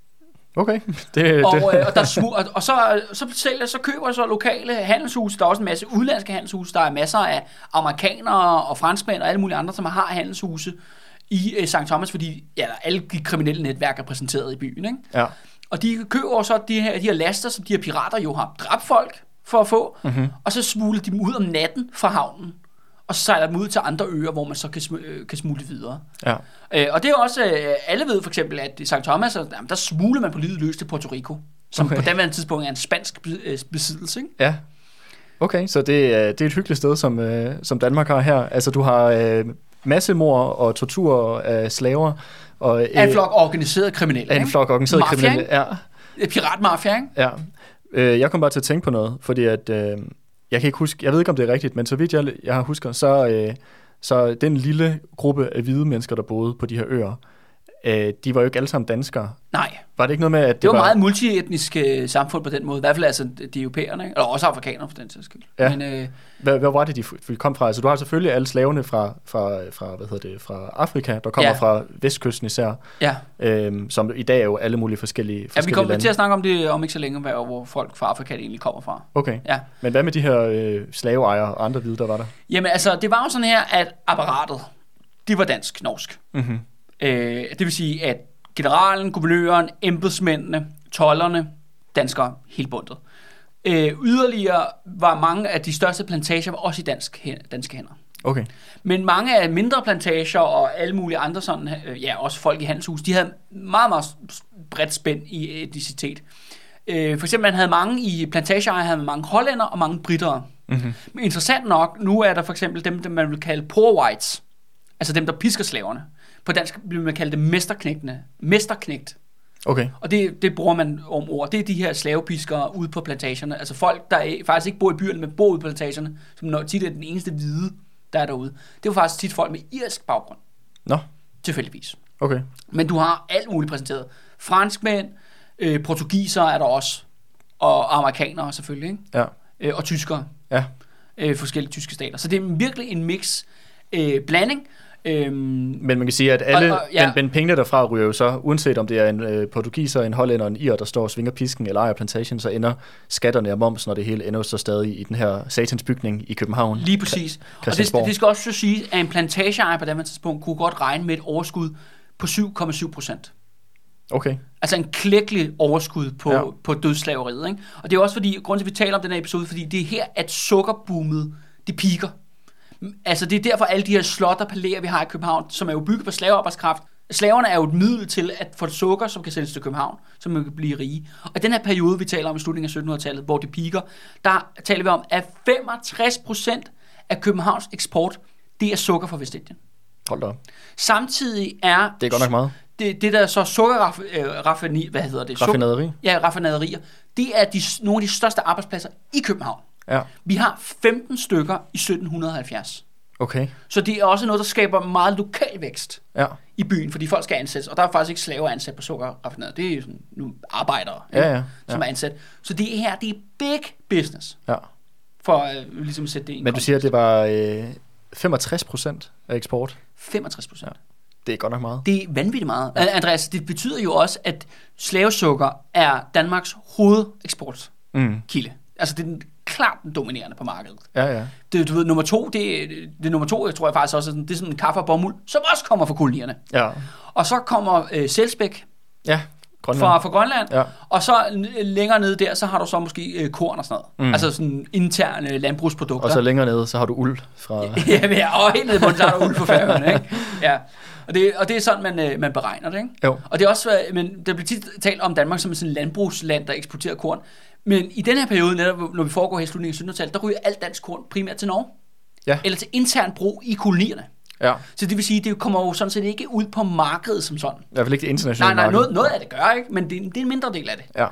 Okay. Det, og, det. Øh, og, der smu- og, og så, så, sælger, så køber så lokale handelshuse. Der er også en masse udlandske handelshuse. Der er masser af amerikanere og franskmænd og alle mulige andre, som har handelshuse i øh, Sankt Thomas, fordi ja, alle de kriminelle netværk er præsenteret i byen. Ikke? Ja. Og de køber så de her, de her laster, som de her pirater jo har dræbt folk for at få, mm-hmm. og så smugler de dem ud om natten fra havnen, og så sejler dem ud til andre øer, hvor man så kan, sm- kan smugle videre. Ja. Øh, og det er også, øh, alle ved for eksempel, at i Sankt Thomas, jamen, der smugler man på livet løs til Puerto Rico, som okay. på daværende tidspunkt er en spansk besiddelse. Ikke? Ja. Okay, så det, det er et hyggeligt sted, som, øh, som Danmark har her. Altså, du har øh, massemord og tortur af slaver. Og, øh, af en flok organiseret kriminelle. Af en flok organiseret kriminelle, ja. Piratmafia, ikke? Ja. Øh, jeg kom bare til at tænke på noget, fordi at, øh, jeg kan ikke huske, jeg ved ikke, om det er rigtigt, men så vidt jeg, jeg har husker, så, øh, så den lille gruppe af hvide mennesker, der boede på de her øer, øh, de var jo ikke alle sammen danskere. Nej. Var det ikke noget med, at det, det var, var meget multietnisk øh, samfund på den måde, i hvert fald altså de europæerne, ikke? Eller også afrikanere for den sags skyld. Ja. Men, øh, hvad, hvad var det, de kom fra? Altså, du har selvfølgelig alle slavene fra, fra, fra, hvad hedder det, fra Afrika, der kommer ja. fra vestkysten især, ja. øhm, som i dag er jo alle mulige forskellige, forskellige ja, vi kommer lande. til at snakke om det om ikke så længe, hvor folk fra Afrika egentlig kommer fra. Okay, ja. Men hvad med de her øh, slaveejere og andre hvide, der var der? Jamen altså, det var jo sådan her, at apparatet, det var dansk-norsk. Mm-hmm. Øh, det vil sige, at generalen, guvernøren, embedsmændene, tolderne, danskere, helt bundet. Øh, yderligere var mange af de største plantager var også i dansk, danske hænder. Okay. Men mange af mindre plantager og alle mulige andre sådan, øh, ja, også folk i handelshus, de havde meget, meget bredt spænd i etnicitet. Øh, for eksempel, man havde mange i plantageejere, havde mange hollænder og mange britere. Mm-hmm. Men interessant nok, nu er der for eksempel dem, der man vil kalde poor whites, altså dem, der pisker slaverne. På dansk vil man kalde det mesterknægtene. Mesterknægt. Okay. Og det, det bruger man om ord. Det er de her slavepiskere ude på plantagerne. Altså folk, der er, faktisk ikke bor i byerne, men bor ude på plantagerne, som når tit er den eneste hvide, der er derude. Det var faktisk tit folk med irsk baggrund. Nå. Tilfældigvis. Okay. Men du har alt muligt præsenteret. Franskmænd, øh, portugisere er der også, og amerikanere selvfølgelig, ikke? Ja. Øh, og tyskere. Ja. Øh, forskellige tyske stater. Så det er virkelig en mix øh, blanding. Øhm, men man kan sige, at alle, og, og, ja. men, men pengene derfra ryger jo så, uanset om det er en øh, portugiser, en hollænder, en ir, der står og svinger pisken eller ejer plantation, så ender skatterne og momsen og det hele ender så stadig i den her satans bygning i København. Lige præcis. Og det, det skal også så sige, at en plantageejer på det tidspunkt kunne godt regne med et overskud på syv komma syv procent. Okay. Altså en klækkelig overskud på, ja. på dødslaveriet. Ikke? Og det er også fordi, grunden til, at vi taler om den her episode, fordi det er her, at sukkerboomet, det piker. Altså det er derfor alle de her slot og palæer, vi har i København, som er jo bygget på slavearbejdskraft. Slaverne er jo et middel til at få sukker, som kan sælges til København, så man kan blive rige. Og den her periode, vi taler om i slutningen af syttenhundredetallet, hvor det piker, der taler vi om, at femogtres procent af Københavns eksport, det er sukker fra Vestindien. Hold da op. Samtidig er... Det er godt nok meget. Det, det der så sukkerraffinaderi, hvad hedder det? Raffinaderi? Ja, raffinaderier. Det er de, nogle af de største arbejdspladser i København. Ja. Vi har femten stykker i sytten halvfjerds. Okay. Så det er også noget, der skaber meget lokal vækst ja. i byen, fordi folk skal ansættes. Og der er faktisk ikke slaver ansat på sukkerraffinaderier. Det er jo sådan nogle arbejdere, ja, ja, ja. som er ansat. Så det her, det er big business. Ja. For øh, ligesom at sætte det i en Men du siger, at det var øh, femogtres procent af eksport? femogtres procent. Ja. Det er godt nok meget. Det er vanvittigt meget. Ja. Andreas, det betyder jo også, at slavesukker er Danmarks hovedeksportkilde. Mm. Altså det er den klart den dominerende på markedet. Ja, ja. Det, du ved, nummer to, det, det nummer to, jeg tror jeg faktisk også, det er sådan en kaffe og bomuld, som også kommer fra kolonierne. Ja. Og så kommer øh, Selsbæk. Ja, Grønland. Fra, fra Grønland. Ja. Og så længere nede der, så har du så måske øh, korn og sådan noget. Mm. Altså sådan interne landbrugsprodukter. Og så længere nede, så har du uld fra... ja, og helt nede på den, så har du uld på Færøerne, ikke? Ja. Og det, og det er sådan, man, øh, man beregner det, ikke? Jo. Og det er også, men der bliver tit talt om Danmark som sådan et landbrugsland, der eksporterer korn. Men i den her periode, netop, når vi foregår her i slutningen af syttenhundredetallet, der ryger alt dansk korn primært til Norge. Ja. Eller til intern brug i kolonierne. Ja. Så det vil sige, det kommer jo sådan set ikke ud på markedet som sådan. I hvert fald ikke det internationale Nej, nej, marked. noget, noget af det gør, ikke? Men det, det er en mindre del af det. Ja.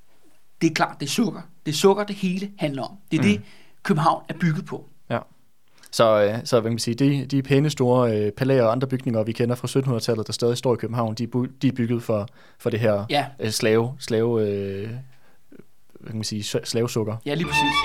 Det er klart, det er sukker. Det er sukker, det hele handler om. Det er mm. det, København er bygget på. Ja. Så, så hvad kan man sige, de, de pæne store øh, palæer og andre bygninger, vi kender fra syttenhundredetallet, der stadig står i København, de, de er bygget for, for det her ja. øh, slave, slave øh, hvad kan man sige, slavesukker. Ja, lige præcis.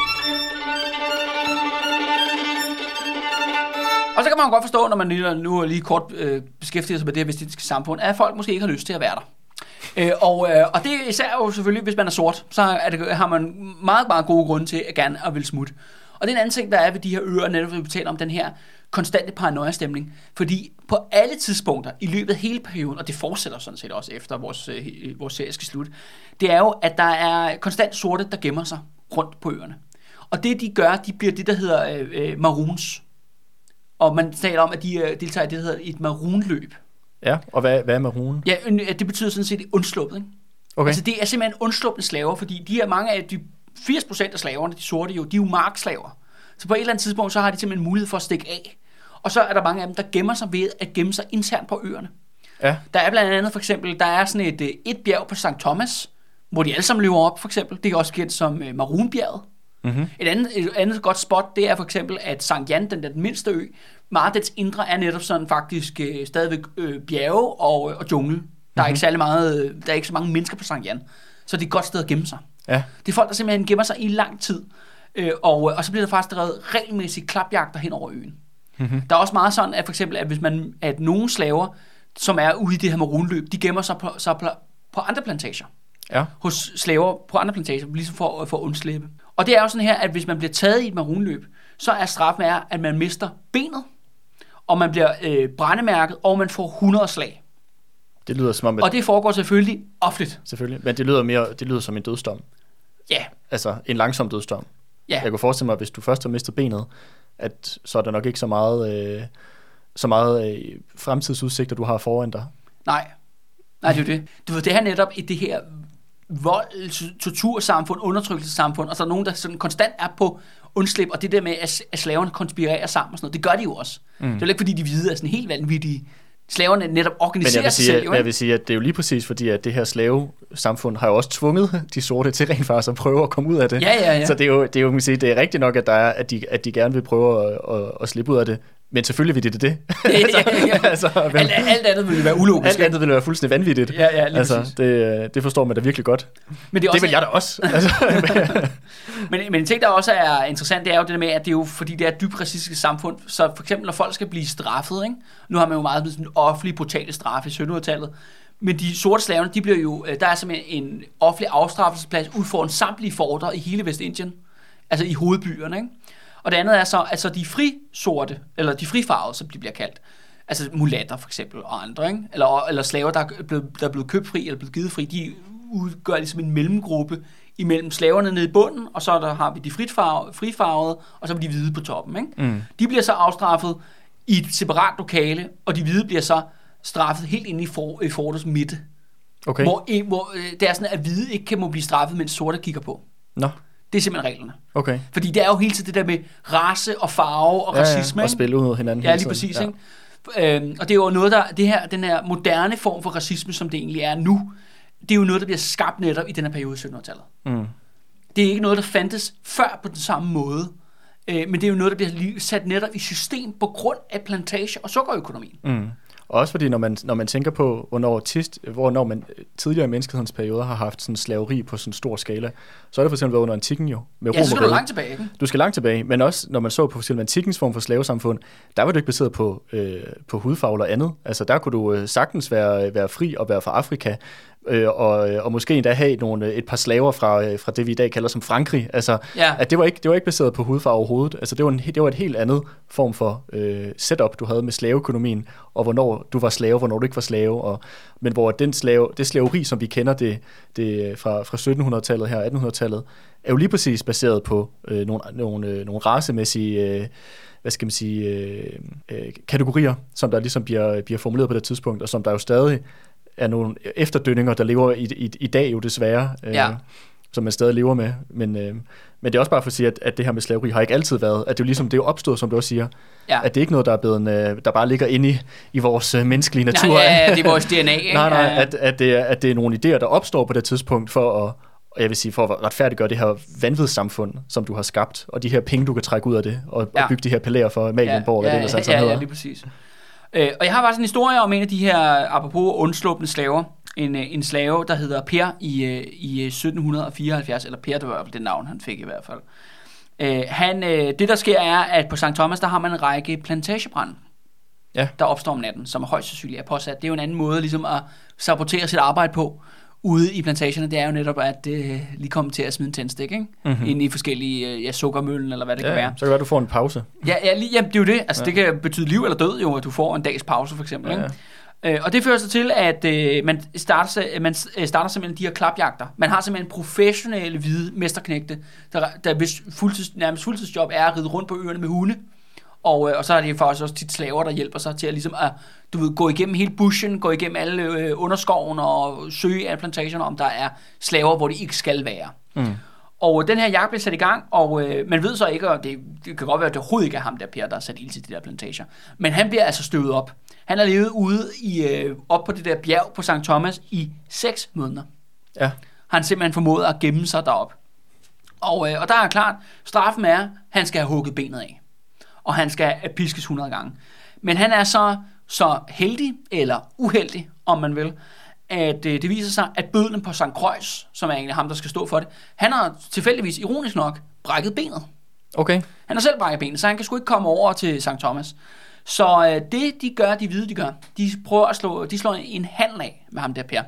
Og så kan man jo godt forstå, når man nu lige kort øh, beskæftiger sig med det her vestindiske samfund, at folk måske ikke har lyst til at være der. Øh, og, øh, og det er især jo selvfølgelig, hvis man er sort, så er det, har man meget, meget gode grunde til at gerne at vil smutte. Og det er en anden ting, der er ved de her øer, netop vi taler om den her konstante paranoia-stemning. Fordi på alle tidspunkter i løbet af hele perioden, og det fortsætter sådan set også efter vores, øh, vores serie skal slutte, det er jo, at der er konstant sorte, der gemmer sig rundt på øerne. Og det de gør, de bliver det, der hedder øh, maroons. Og man taler om, at de øh, deltager i det, der hedder et maroonløb. Ja, og hvad, hvad er maroon? Ja, det betyder sådan set undsluppet, ikke? Okay. Altså det er simpelthen undsluppende slaver, fordi de her mange af de firs procent af slaverne, de sorte jo, de er jo markslaver. Så på et eller andet tidspunkt, så har de simpelthen mulighed for at stikke af. Og så er der mange af dem, der gemmer sig ved at gemme sig internt på øerne. Ja. Der er blandt andet for eksempel, der er sådan et, et bjerg på Sankt Thomas, hvor de alle sammen løber op for eksempel. Det er også kendt som uh, Maroonbjerget. Mm-hmm. Et, andet, et andet godt spot, det er for eksempel, at Sankt Jan, den der den mindste ø, meget dets indre er netop sådan faktisk øh, stadigvæk øh, bjerge og, og jungle. Der mm-hmm. er ikke særlig meget, der er ikke så mange mennesker på Sankt Jan. Så det er et godt sted at gemme sig. Ja. Det er folk, der simpelthen gemmer sig i lang tid. Øh, og, og så bliver der faktisk drevet regelmæssigt klapjagter hen over øen. Mm-hmm. Der er også meget sådan, at for eksempel, at hvis man, at nogle slaver, som er ude i det her maroonløb, de gemmer sig på, så på, på andre plantager. Ja. Hos slaver på andre plantager, ligesom for, for at undslippe. Og det er jo sådan her, at hvis man bliver taget i et maroonløb, så er straffen er, at man mister benet, og man bliver øh, brændemærket, og man får hundrede slag. Det lyder som om, at... Og det foregår selvfølgelig offentligt. Selvfølgelig, men det lyder mere, det lyder som en dødsdom. Ja. Altså en langsom dødsdom. Ja. Jeg kunne forestille mig, at hvis du først har mistet benet, at så er der nok ikke så meget, øh, så meget øh, fremtidsudsigter, du har foran dig. Nej. Nej, det er jo det. Du ved, det her netop i det her vold, tortursamfund, undertrykkelsessamfund, og så er der nogen, der sådan konstant er på undslip, og det der med, at, at slaverne konspirerer sammen og sådan noget, det gør de jo også. Mm. Det er jo ikke, fordi de hvide er sådan helt vanvittige. Slaverne netop organiserer sig selv. Men jeg vil sige, at det er jo lige præcis, fordi at det her slavesamfund har jo også tvunget de sorte til rent faktisk at prøve at komme ud af det. Ja, ja, ja. Så det er jo, det er jo, man sige, det er rigtigt nok, at, der er, at, de, at de gerne vil prøve at, at, at slippe ud af det. Men selvfølgelig vil det det. altså, ja, ja. altså, alt, alt andet ville være ulogisk. Alt andet ville være fuldstændig vanvittigt. Ja, ja, lige altså, det, det forstår man da virkelig godt. Men det, det vil jeg da også. altså. men, men en ting, der også er interessant, det er jo det der med, at det er jo fordi det er et dybt racistisk samfund. Så for eksempel, når folk skal blive straffet, ikke? Nu har man jo meget sådan en offentlig, brutale straf i syttenhundredetallet. Men de sorte slaverne, de bliver jo, der er simpelthen en offentlig afstraffelsesplads ud for en samtlige forter i hele Vestindien. Altså i hovedbyerne, ikke? Og det andet er så, altså de frisorte, eller de frifarvede, som de bliver kaldt. Altså mulatter for eksempel, og andre, ikke? Eller, eller slaver, der er, blevet, der er blevet købt fri, eller blevet givet fri, de udgør ligesom en mellemgruppe imellem slaverne nede i bunden, og så der har vi de frifarvede, frifarvede og så er de hvide på toppen, ikke? Mm. De bliver så afstraffet i et separat lokale, og de hvide bliver så straffet helt inde i, for, i fortets midte. Okay. Hvor, hvor det er sådan, at hvide ikke kan må blive straffet, mens sorte kigger på. Nå. No. Det er simpelthen reglerne. Okay. Fordi det er jo hele tiden det der med race og farve og ja, racisme. Ja, og spille ud mod hinanden. Ja, lige præcis. Ja. Ikke? Øhm, og det er jo noget, der, det her, den her moderne form for racisme, som det egentlig er nu, det er jo noget, der bliver skabt netop i den her periode i syttenhundredetallet. Mm. Det er ikke noget, der fandtes før på den samme måde, øh, men det er jo noget, der bliver sat netop i system på grund af plantage- og sukkerøkonomien. Mm. Og også fordi, når man, når man tænker på, hvornår, tist, hvornår man tidligere i menneskehedens perioder har haft sådan slaveri på sådan en stor skala, så er det for eksempel været under antikken jo. Med ja, så skal du langt tilbage, ikke? Du skal langt tilbage, men også når man så på for eksempel antikkens form for slavesamfund, der var det ikke baseret på, øh, på hudfarve eller andet. Altså der kunne du øh, sagtens være, være fri og være fra Afrika, øh, og, og måske endda have nogle, et par slaver fra, øh, fra det, vi i dag kalder som Frankrig. Altså, ja. at det var, ikke, det var ikke baseret på hudfarve overhovedet. Altså det var, en, det var et helt andet form for øh, setup, du havde med slaveøkonomien, og hvornår du var slave, hvornår du ikke var slave. Og, men hvor den slave, det slaveri, som vi kender det, det fra, fra syttenhundredetallet her, attenhundredetallet, er jo lige præcis baseret på øh, nogle, nogle, øh, nogle racemæssige øh, hvad skal man sige, øh, øh, kategorier, som der ligesom bliver, bliver formuleret på det tidspunkt, og som der jo stadig er nogle efterdønninger, der lever i, i, i dag jo desværre, øh, ja. som man stadig lever med. Men, øh, men det er også bare for at sige, at, at det her med slaveri har ikke altid været, at det er jo ligesom, det er jo opstået, som du også siger, ja. at det er ikke noget, der er blevet, øh, der bare ligger inde i, i vores øh, menneskelige natur. Nej, ja, ja, det er vores D N A. Ikke? nej, nej, at, at, det er, at det er nogle idéer, der opstår på det tidspunkt for at, og jeg vil sige, for at retfærdiggøre det her vanvidssamfund, som du har skabt, og de her penge, du kan trække ud af det, og, ja. og bygge de her palæer for Amalienborg, ja, ja, hvad det ellers ja, ja, ja, ja, lige præcis. Øh, og jeg har bare sådan en historie om en af de her, apropos undslupne slaver, en, en slave, der hedder Per i, i sytten fireoghalvfjerds, eller Per, det var det navn, han fik i hvert fald. Øh, han, øh, det, der sker, er, at på Sankt Thomas, der har man en række plantagebrænde, ja. der opstår om natten, som er højst sandsynligt er påsat. Det er jo en anden måde ligesom at sabotere sit arbejde på, ude i plantagerne, det er jo netop, at det lige kommer til at smide en tændstik, ikke? Mm-hmm. Ind i forskellige ja, sukkermøllen, eller hvad det ja, kan være. Så kan det være, at du får en pause. Ja, ja lige, jamen, det er jo det. Altså, ja. Det kan betyde liv eller død, jo, at du får en dags pause, for eksempel. Ja, ja. Ikke? Øh, og det fører sig til, at øh, man, starter, man starter simpelthen de her klapjagter. Man har simpelthen professionelle hvide mesterknægte, der, der hvis fuldtids, nærmest fuldtidsjob er at ride rundt på øerne med hunde. Og, øh, og så er det faktisk også tit slaver, der hjælper sig til at, ligesom, at du ved, gå igennem hele bushen, gå igennem alle øh, underskoven og søge alle plantationer, om der er slaver, hvor de ikke skal være. Mm. Og den her jagt bliver sat i gang, og øh, man ved så ikke, og det, det kan godt være, at det overhovedet ikke er ham der Per, der har sat ild til de der plantager. Men han bliver altså støvet op. Han har levet ude i, øh, op på det der bjerg på Sankt Thomas i seks måneder. Ja. Har han simpelthen formået at gemme sig derop. Og, øh, og der er klart, straffen er, at han skal have hugget benet af. Og han skal piskes hundrede gange. Men han er så, så heldig, eller uheldig, om man vil, at øh, det viser sig, at bødlen på Sankt Croix, som er egentlig ham, der skal stå for det, han har tilfældigvis, ironisk nok, brækket benet. Okay. Han har selv brækket benet, så han kan sgu ikke komme over til Sankt Thomas. Så øh, det, de gør, de hvide, de gør, de prøver at slå, de slår en handel af med ham der Per,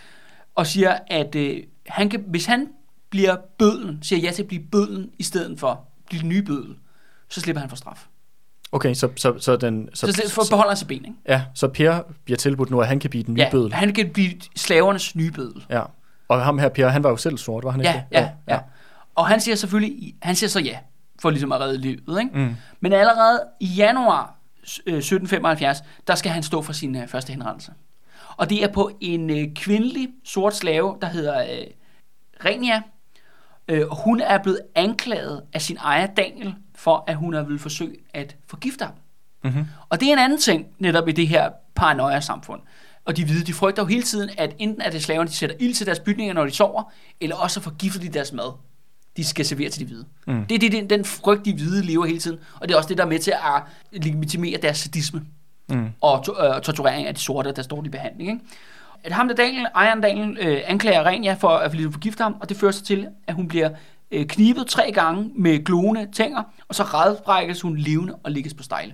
og siger, at øh, han kan, hvis han bliver bødlen, siger ja til at blive bødlen, i stedet for at blive den nye bødel, så slipper han for straf. Okay, så, så, så den... Så, så for beholder han sit ben, ikke? Ja, så Per bliver tilbudt nu, at han kan blive den nye ja, bødel. Han kan blive slavernes nye bødel. Ja, og ham her, Per, han var jo selv sort, var han ja, ikke det? Ja, ja, ja. Og han siger selvfølgelig, han siger så ja, for ligesom at redde livet, ikke? Mm. Men allerede i januar sytten femoghalvfjerds, der skal han stå for sin uh, første henrettelse. Og det er på en uh, kvindelig sort slave, der hedder uh, Renia. Uh, og hun er blevet anklaget af sin ejer Daniel, for at hun har ville forsøge at forgifte ham. Mm-hmm. Og det er en anden ting, netop i det her paranoia-samfund. Og de hvide, de frygter jo hele tiden, at enten er det slaverne, de sætter ild til deres bygninger, når de sover, eller også forgifter de deres mad, de skal servere til de hvide. Mm. Det er det, den frygt, de hvide lever hele tiden, og det er også det, der er med til at legitimere deres sadisme mm. og to- øh, torturering af de sorte, der står i behandling. Ikke? At ham der Daniel, ejeren Daniel, øh, anklager Renia for at forgifte ham, og det fører sig til, at hun bliver øh, knibet tre gange med glående tænger, og så rædbrækkes hun levende og ligges på stejle.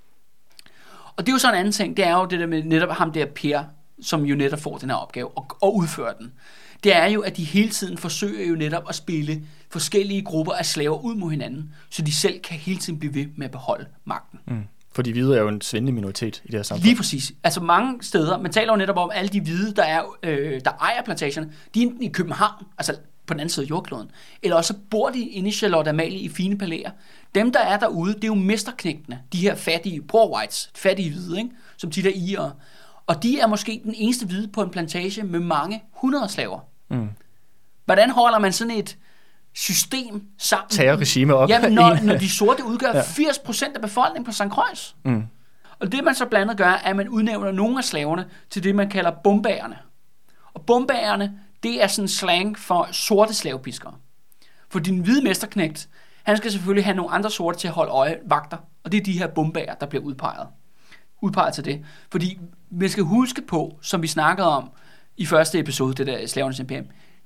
Og det er jo så en anden ting, det er jo det der med netop ham der Per, som jo netop får den her opgave og, og udfører den. Det er jo, at de hele tiden forsøger jo netop at spille forskellige grupper af slaver ud mod hinanden, så de selv kan hele tiden blive ved med at beholde magten. Mm. For de hvide er jo en svindelig minoritet i det her samfund. Lige præcis. Altså mange steder, man taler jo netop om alle de hvide, der, er, øh, der ejer plantagerne, de er enten i København, altså på den anden side af jordkloden, eller også bor de inde i Charlotte Amalie i fine palæer. Dem, der er derude, det er jo mesterknægtene, de her fattige poor whites, fattige hvide, ikke? Som de der irer. Og de er måske den eneste hvide på en plantage med mange hundrede slaver. Mm. Hvordan holder man sådan et system sammen? Terrorregime op. Jamen, når, når de sorte udgør ja. firs procent af befolkningen på Sankt Croix. Mm. Og det man så blandt andet gør, er, at man udnævner nogle af slaverne til det, man kalder bombagerne. Og bombagerne, det er sådan slang for sorte slavepiskere. For din hvide mesterknægt, han skal selvfølgelig have nogle andre sorte til at holde øje, vagter. Og det er de her bombager, der bliver udpeget. Udpeget til det. Fordi man skal huske på, som vi snakkede om i første episode, det der slavernes imperium,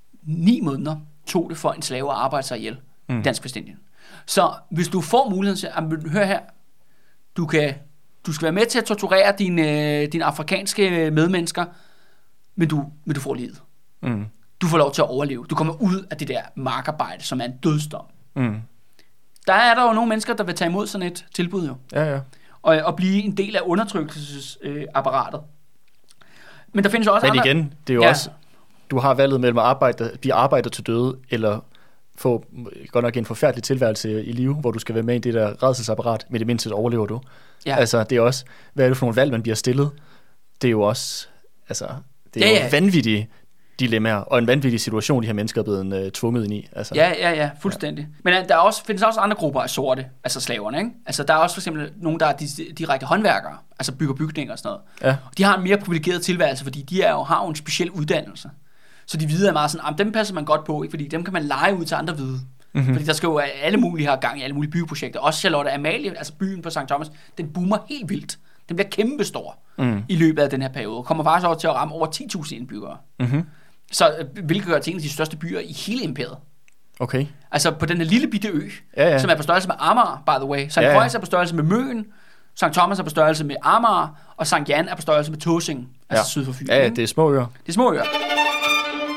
ni måneder tog det for en slave at arbejde sig ihjel. Mm. Dansk Vestindien. Så hvis du får muligheden til, at hør her, du, kan, du skal være med til at torturere dine, dine afrikanske medmennesker, men du, men du får livet. Mm. Du får lov til at overleve. Du kommer ud af det der markarbejde, som er en dødsdom. Mm. Der er der jo nogle mennesker, der vil tage imod sådan et tilbud jo. Ja, ja. Og, og blive en del af undertrykkelsesapparatet. Øh, men der findes også Men andre... igen, det er jo ja. også... Du har valget mellem at arbejde, blive arbejder til døde, eller få godt nok en forfærdelig tilværelse i live, hvor du skal være med i det der rædselsapparat, men det mindste overlever du. Ja. Altså, det er også... Hvad er det for nogle valg, man bliver stillet? Det er jo også... Altså, det er ja, ja. jo vanvittige dilemmaer, og en vanvittig situation, de her mennesker er blevet uh, tvunget ind i. Altså. Ja, ja, ja, fuldstændig. Ja. Men der er også, findes også andre grupper af sorte, altså slaverne, ikke? Altså, der er også for eksempel nogen, der er direkte håndværkere, altså bygger bygninger og sådan noget. Ja. De har en mere privilegeret tilværelse, fordi de er jo, har jo en speciel uddannelse. Så de hvide er meget sådan, dem passer man godt på, ikke? Fordi dem kan man lege ud til andre hvide. Mm-hmm. Fordi der skal jo alle mulige have gang i alle mulige byggeprojekter. Også Charlotte Amalie, altså byen på Sankt Thomas, den boomer helt vildt. Den bliver kæmpestor mm. i løbet af den her periode. Kommer faktisk over til at ramme over ti tusind indbyggere. Mm-hmm. Så hvilket gør til en af de største byer i hele imperiet. Okay. Altså på den her lille bitte ø, ja, ja. som er på størrelse med Amager, by the way. Sankt ja, Croix ja. er på størrelse med Møn, Sankt Thomas er på størrelse med Amager, og Sankt Jan er på størrelse med Tåsing, altså ja. syd for Fyn. Ja, ja, det er små øer. Det er små øer.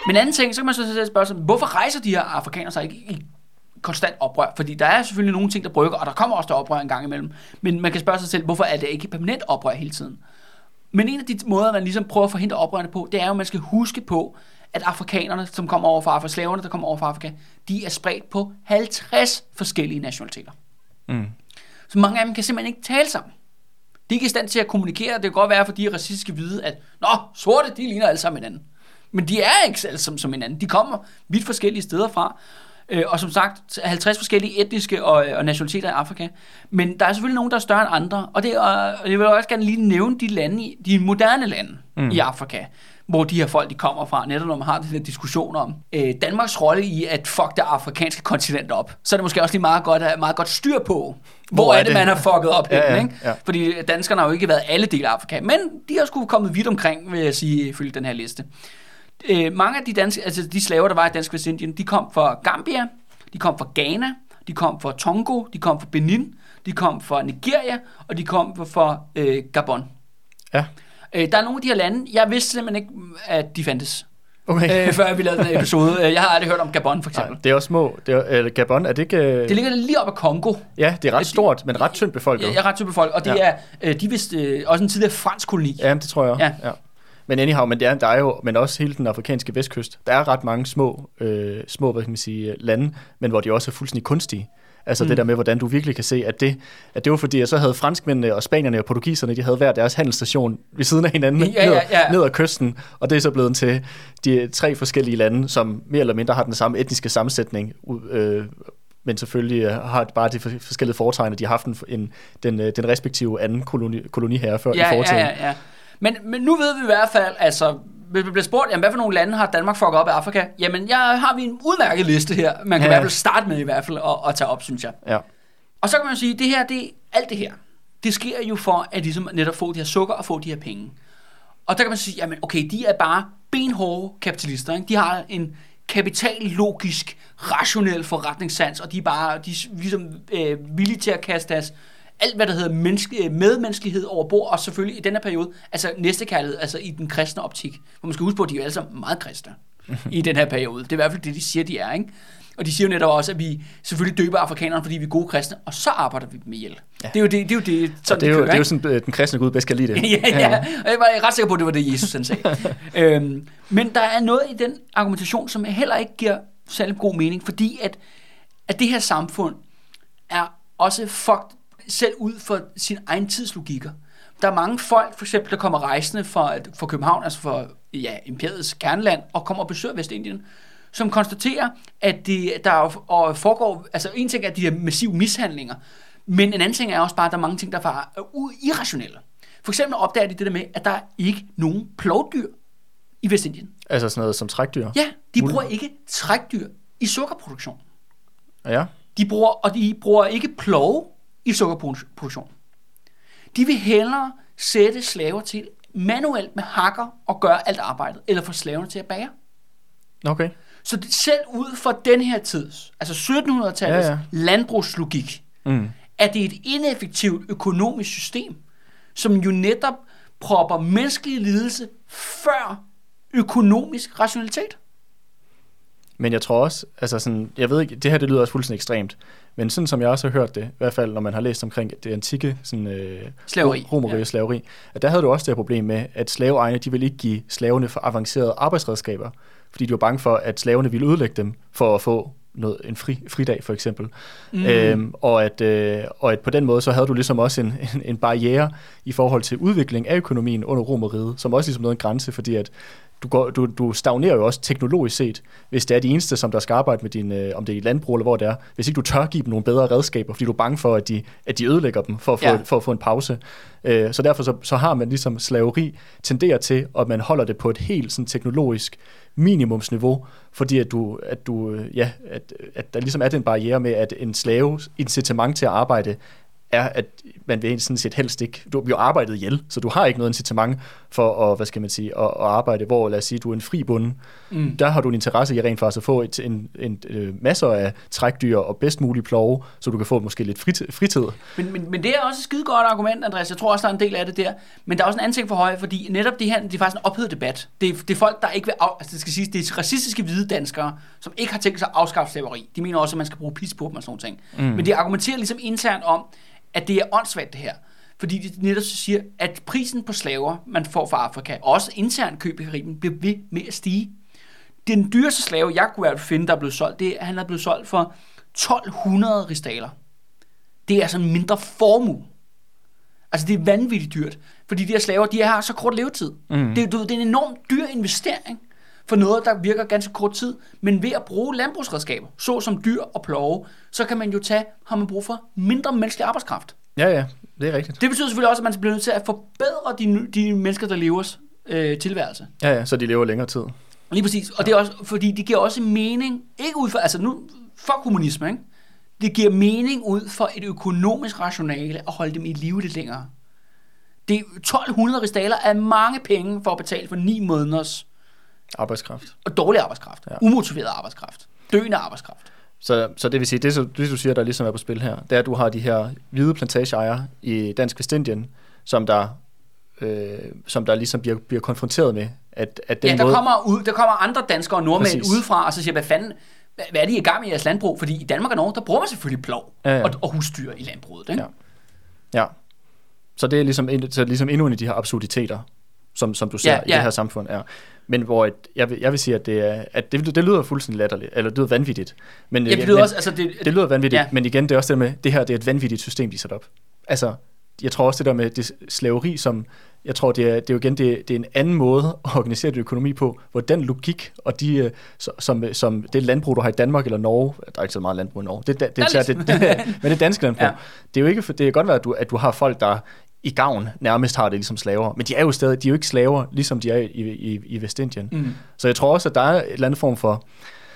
Men anden ting, så kan man så sætte spørge sig, hvorfor rejser de her afrikanere sig ikke i konstant oprør? Fordi der er selvfølgelig nogle ting, der brygger, og der kommer også der oprør en gang imellem. Men man kan spørge sig selv, hvorfor er det ikke permanent oprør hele tiden? Men en af de måder, man ligesom prøver at forhindre oprørene på, det er jo, at man skal huske på, at afrikanerne, som kommer over fra Afrika, slaverne, der kommer over fra Afrika, de er spredt på halvtreds forskellige nationaliteter. Mm. Så mange af dem kan simpelthen ikke tale sammen. De er ikke i stand til at kommunikere. Det kan godt være, fordi racistiske vide, at nå, sorte, de ligner alle sammen hinanden. Men de er ikke alle sammen som hinanden. De kommer vidt forskellige steder fra. Og som sagt, halvtreds forskellige etniske og, og nationaliteter i Afrika. Men der er selvfølgelig nogen, der er større end andre. Og, det, og jeg vil også gerne lige nævne de lande, de moderne lande mm. i Afrika, hvor de her folk, de kommer fra, netop når man har den her diskussion om øh, Danmarks rolle i at fuck det afrikanske kontinent op. Så er det måske også lige meget godt, at meget godt styr på, hvor, hvor er det, man har fucket op ja, hen, ikke? Ja. Fordi danskerne har jo ikke været alle dele af Afrika, men de har sgu kommet vidt omkring, vil jeg sige, ifølge den her liste. Øh, mange af de, danske, altså de slaver, der var i Dansk Vestindien, de kom fra Gambia, de kom fra Ghana, de kom fra Togo, de kom fra Benin, de kom fra Nigeria, og de kom fra øh, Gabon. Ja. Øh, der er nogle af de her lande, jeg vidste simpelthen ikke, at de fandtes. Okay. Øh, før vi lavede den episode. Jeg har aldrig hørt om Gabon, for eksempel. Nej, det er også små. Det er, uh, Gabon, er det ikke... Uh... Det ligger lige op ad Congo. Ja, det er ret stort, men ret tyndt befolket. Ja, ret tyndt befolket, og det ja. er, uh, de er vist uh, også en tidligere fransk koloni. Ja, det tror jeg. Ja. Ja. Men anyhow, men det er, der er jo, men også hele den afrikanske vestkyst. Der er ret mange små, øh, små, hvad kan man sige, lande, men hvor de også er fuldstændig kunstige. Altså mm. det der med, hvordan du virkelig kan se, at det, at det var fordi, at så havde franskmændene og spanierne og portugiserne, de havde hver deres handelsstation ved siden af hinanden, ja, ja, ja. Ned, ned ad kysten, og det er så blevet til de tre forskellige lande, som mere eller mindre har den samme etniske sammensætning, øh, men selvfølgelig har bare de forskellige foretegn, de har haft en, en, den, den respektive anden koloni, koloniherre før ja, i fortiden. Ja, ja, ja. Men, men nu ved vi i hvert fald, altså, hvis vi bliver spurgt, jamen, hvad for nogle lande har Danmark fucket op i Afrika? Jamen, jeg har vi en udmærket liste her, man kan ja. i hvert fald starte med i hvert fald, og, og tage op, synes jeg. Ja. Og så kan man sige, det her, det, alt det her, det sker jo for, at ligesom netop få de her sukker og få de her penge. Og der kan man sige, jamen, okay, de er bare benhårde kapitalister, ikke? De har en kapitallogisk, rationel forretningssans, og de er bare, de er ligesom øh, villige til at kaste deres alt, hvad der hedder menneske, medmenneskelighed over bord, og selvfølgelig i denne periode, altså næstekærlighed, altså i den kristne optik. For man skal huske på, at de er jo alle sammen meget kristne i den her periode. Det er i hvert fald det, de siger, de er, ikke? Og de siger jo netop også, at vi selvfølgelig døber afrikanerne, fordi vi er gode kristne, og så arbejder vi dem ihjel. Ja. Det er jo det, det, er jo det sådan, det, er jo, kører, det er jo sådan, den kristne Gud bedst kan lide det. ja, ja, ja, og jeg var ret sikker på, at det var det, Jesus han sagde. øhm, men der er noget i den argumentation, som heller ikke giver særlig god mening, fordi at, at det her samfund er også fucked selv ud for sin egen tidslogikker. Der er mange folk, for eksempel, der kommer rejsende fra, fra København, altså fra ja, imperiets kerneland, og kommer og besøger Vestindien, som konstaterer, at det, der og foregår, altså en ting er de her massive mishandlinger, men en anden ting er også bare, at der er mange ting, der er irrationelle. For eksempel opdager de det der med, at der er ikke nogen plovdyr i Vestindien. Altså sådan noget som trækdyr? Ja, de bruger ikke trækdyr i sukkerproduktion. Ja. De bruger, og de bruger ikke plove i sukkerproduktion. De vil hellere sætte slaver til manuelt med hakker og gøre alt arbejdet, eller få slaverne til at bære. Okay. Så det, selv ud fra den her tids, altså syttenhundredetallets ja, ja. landbrugslogik, mm. er det et ineffektivt økonomisk system, som jo netop propper menneskelig lidelse før økonomisk rationalitet. Men jeg tror også, altså sådan, jeg ved ikke, det her det lyder også fuldstændig ekstremt, men sådan som jeg også har hørt det, i hvert fald når man har læst omkring det antikke sådan, øh, slaveri, romeri og slaveri, at der havde du også det her problem med, at slaveejerne, de ville ikke give slaverne for avancerede arbejdsredskaber, fordi de var bange for, at slaverne ville ødelægge dem for at få noget, en fri, fridag for eksempel. Mm. Øhm, og, at, øh, og at på den måde, så havde du ligesom også en, en, en barriere i forhold til udvikling af økonomien under Romerriget, som også ligesom noget en grænse, fordi at Du, går, du, du stagnerer jo også teknologisk set, hvis det er de eneste, som der skal arbejde med din, øh, om det er i landbrug eller hvor det er, hvis ikke du tør give dem nogle bedre redskaber, fordi du er bange for, at de, at de ødelægger dem for at få, ja. for at få en pause. Øh, så derfor så, så har man ligesom slaveri tenderer til, at man holder det på et helt sådan, teknologisk minimumsniveau, fordi at du, at du ja, at, at der ligesom er den barriere med, at en slaves incitament til at arbejde er, at man vil sådan set helst ikke, du bliver arbejdet ihjel, så du har ikke noget incitament for at, hvad skal man sige, at, at arbejde, hvor lad os sige, du er en fri bonde. Mm. Der har du en interesse i rent faktisk at få et, en, en, en masser af trækdyr og bedst mulige plove, så du kan få måske lidt fritid. fritid. Men, men, men det er også et skide godt argument, Andreas. Jeg tror også, der er en del af det der. Men der er også en anden ting for Høje, fordi netop det her, det er faktisk en ophedet debat. Det er, det er folk, der ikke vil af, altså det skal siges, det er racistiske hvide danskere, som ikke har tænkt sig at afskaffe slaveri. De mener også, at man skal bruge pis på dem og sådan nogle ting. Mm. Men de argumenterer ligesom internt om, at det er åndssvagt det her. Fordi de netop siger, at prisen på slaver, man får fra Afrika, også internt køb i Karibien, bliver ved med at stige. Den dyreste slave, jeg kunne i hvert fald finde, der er blevet solgt, det er, at han er blevet solgt for tolv hundrede rigsdaler. Det er altså en mindre formue. Altså det er vanvittigt dyrt. Fordi de her slaver, de har så kort levetid. Mm. Det, det er en enormt dyr investering for noget, der virker ganske kort tid. Men ved at bruge landbrugsredskaber, såsom dyr og plove, så kan man jo tage, har man brug for mindre menneskelig arbejdskraft. Ja, ja, det er rigtigt. Det betyder selvfølgelig også, at man bliver nødt til at forbedre de, de mennesker, der lever øh, tilværelse. Ja, ja, så de lever længere tid. Lige præcis. Og ja. Det er også, fordi det giver også mening, ikke ud for, altså nu, for kommunisme, ikke? Det giver mening ud for et økonomisk rationale at holde dem i live lidt længere. Det tolv hundrede rigsdaler er mange penge for at betale for ni måneders arbejdskraft. Og dårlig arbejdskraft. Ja. Umotiveret arbejdskraft. Døende arbejdskraft. Så, så det vil sige, det, det du siger, der ligesom er på spil her, det er, at du har de her hvide plantageejere i Dansk Vestindien, som der, øh, som der ligesom bliver, bliver konfronteret med, at, at den ja, der måde... kommer, ud, der kommer andre danskere og nordmænd Præcis. udefra, og så siger, hvad fanden, hvad er det i gang med jeres landbrug? Fordi i Danmark og Norge, der bruger man selvfølgelig plov ja, ja. Og, og husdyr i landbruget. Ikke? Ja. ja. Så det er ligesom, så ligesom endnu en af de her absurditeter, som, som du ser ja, ja. i det her samfund er. Men hvor et, jeg, vil, jeg vil sige, at det, er, at det, det lyder fuldstændig latterligt, eller det lyder vanvittigt. Men, ja, det lyder, men, også, altså det, det lyder vanvittigt, ja. Men igen, det er også det med, det her det er et vanvittigt system, de sætter op. Altså, jeg tror også det der med det slaveri, som, jeg tror, det er, det er jo igen, det, det er en anden måde at organisere det økonomi på, hvor den logik, og de, som, som det landbrug, du har i Danmark eller Norge, der er ikke så meget landbrug i Norge, det, det, det, det, det, det, men det danske landbrug, ja. det er jo ikke, det kan godt være, at du, at du har folk, der i gavn nærmest har det ligesom slaver. Men de er jo stadig, de er jo ikke slaver, ligesom de er i, i, i Vestindien. Mm. Så jeg tror også, at der er et eller andet form for,